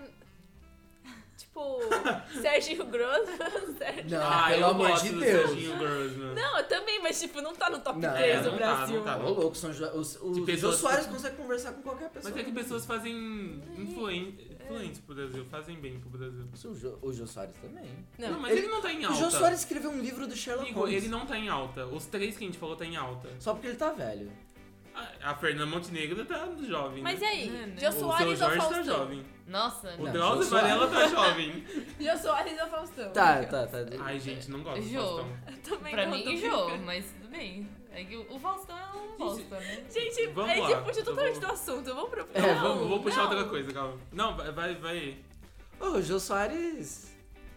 Tipo, Serginho Grossman. Sérgio... Não, Ah, pelo eu amor gosto de do Deus. Serginho Grossman. Não, eu também, mas tipo, não tá no top Não, três é, do não tá, Brasil. não tá. Ô, louco, são jo... os, os De Jô pessoas Soares que- consegue conversar com qualquer pessoa. Mas é que pessoas fazem influen... influentes pro Brasil, fazem bem pro Brasil. O Jô, o Jô Soares também. Não. Não, mas ele, não tá em O alta. Jô Soares escreveu um livro do Sherlock Amigo, Holmes. ele não tá em alta. Os três que a gente falou tá em alta. Só porque ele tá velho. A, a Fernanda Montenegro tá jovem. Mas e né? aí? É, né? Jô O seu Soares ou Jorge tá Faustão? jovem. Nossa, O Não, Drauzio Jô Varela Soares. tá jovem. Jô Soares ou Faustão? Tá, tá, tá. Ai, gente, não gosto do Jô. Faustão. Eu também pra não, mim tô enjoou, brincando. mas tudo bem. É que o o Faustão é um bosta, né? Gente, Vamos a gente lá. puxa Eu totalmente vou- do assunto. Vamos pro... É, não, Vamos, vou puxar não. outra coisa, calma. Não, vai, vai. vai. Ô, o Jô Soares...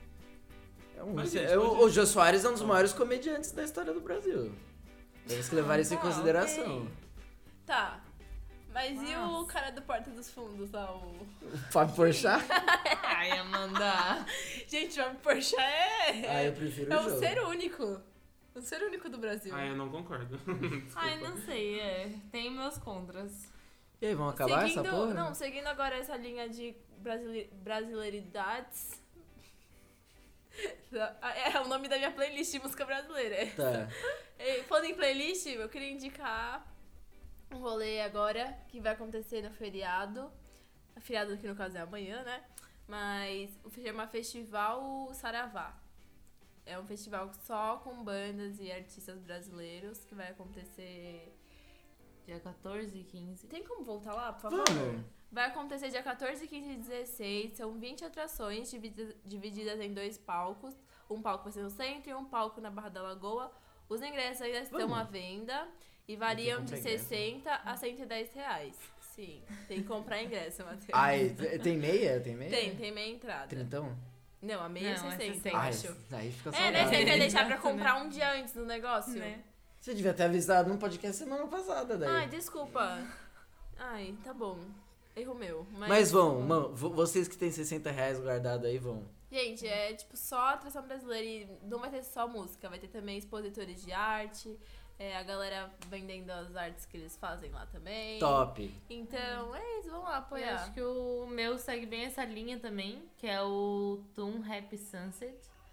É um, Mas, é, gente, o, pode- o Jô Soares é um dos maiores comediantes da história do Brasil. Temos que levar isso em Ah, consideração. ok. Tá. Mas e o Nossa. cara do Porta dos Fundos lá, o... O Fábio Porchat? Ai, Amanda. Gente, o Fábio Porchat é... Ah, eu prefiro é o o Jô. ser único. O ser único do Brasil. Ah, eu não concordo. Desculpa. Ai, não sei, é. Tem meus contras. E aí, vamos acabar seguindo, essa porra? Não, seguindo agora essa linha de brasile- brasileiridades... É o nome da minha playlist de música brasileira. Tá. E, falando em playlist, eu queria indicar um rolê agora que vai acontecer no feriado. A feriado que no caso é amanhã, né? Mas o chama Festival Saravá. É um festival só com bandas e artistas brasileiros que vai acontecer dia quatorze e quinze. Tem como voltar lá, por favor? Vamos. Vai acontecer dia quatorze, quinze e dezesseis. São vinte atrações divididas, divididas em dois palcos. Um palco vai ser no centro e um palco na Barra da Lagoa. Os ingressos ainda estão Vamos. à venda e variam de ingresso. sessenta a cento e dez reais. Sim, tem que comprar ingresso, Matheus. Ai, tem meia? Tem meia? Tem, tem meia entrada. Trintão? Não, a meia Não, é é sessenta, sessenta. eu Ai, acho. aí fica É, salgado. né? Você quer deixar pra Exato, comprar né? um dia antes do negócio? Né? Você devia ter avisado no podcast semana passada, daí. Ai, desculpa. Ai, tá bom. Erro meu. Mas, Mas vão, mano, vo- vocês que tem sessenta reais guardado aí, vão. Gente, é tipo só atração brasileira e não vai ter só música, vai ter também expositores de arte, é, a galera vendendo as artes que eles fazem lá também. Top. Então, é isso, vamos lá Eu apoiar. acho que o meu segue bem essa linha também, que é o Toon Happy Sunset.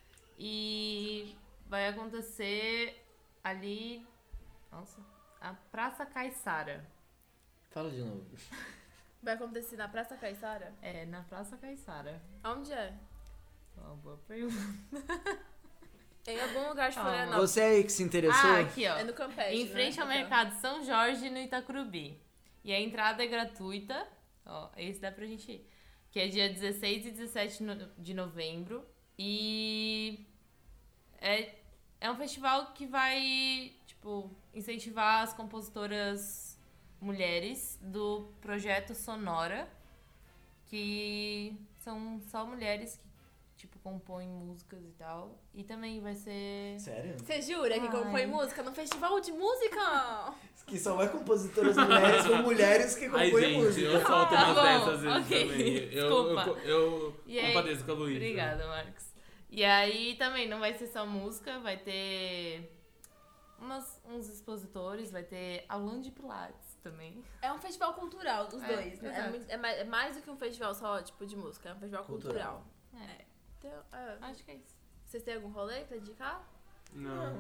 E vai acontecer ali. Nossa, a Praça Caiçara. Fala de novo. Vai acontecer na Praça Caiçara? É, na Praça Caiçara. Onde é? Uma boa pergunta. Em algum lugar de Ah, Florianópolis. Você aí que se interessou? Ah, aqui, ó. É no Campeche, Em frente né? ao Então. Mercado São Jorge, no Itacurubi. E a entrada é gratuita. Ó, esse dá pra gente ir. Que é dia dezesseis e dezessete no- de novembro. E é, é um festival que vai, tipo, incentivar as compositoras mulheres do projeto Sonora. Que são só mulheres que, tipo, compõem músicas e tal. E também vai ser... Sério? Você jura que Ai. compõe música no festival de música? Que só vai compositoras mulheres, são mulheres que Ai, compõem gente, música. eu solto Tá umas bom, dessas às vezes ok. também. Eu, Desculpa. eu, eu, E aí- compadeço com a Luísa. Obrigada, Marcos. E aí também não vai ser só música, vai ter umas, uns expositores, vai ter aulão de pilates também. É um festival cultural dos É, dois, né? É, exato. muito- é mais, é mais do que um festival só, tipo, de música. É um festival cultural. Cultural. É, Então, é, acho que é isso. vocês têm algum rolê pra indicar? Não.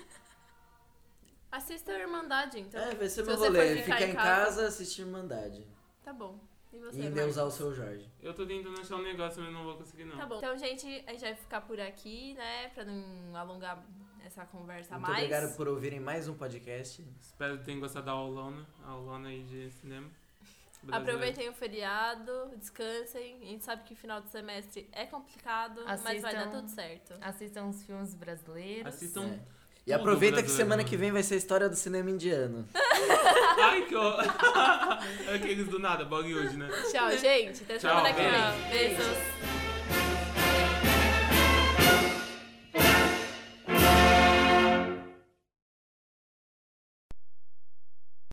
Assista a Irmandade, então. É, vai ser Se meu você for rolê. ficar Ficar em em casa- casa, assistir Irmandade. Tá bom. E você, E ainda Marcos? usar o seu Jorge. Eu tô tentando achar um negócio, mas não vou conseguir, não. Tá bom. Então, gente, a gente vai ficar por aqui, né? Pra não alongar essa conversa a Muito mais. obrigado por ouvirem mais um podcast. Espero que tenham gostado da aulona. A aulona aí de cinema. brasileiro. Aproveitem o feriado, descansem. A gente sabe que final de semestre é complicado, mas vai dar Assistam- tudo certo. Assistam os filmes brasileiros. Assistam. É. E tudo aproveita que brasileiro, semana mano. que vem vai ser a história do cinema indiano. Ai, que horror. Aqueles do nada, Bollywood, né? Tchau, gente. Até Tchau, semana que beijo. vem. Beijos. Beijos.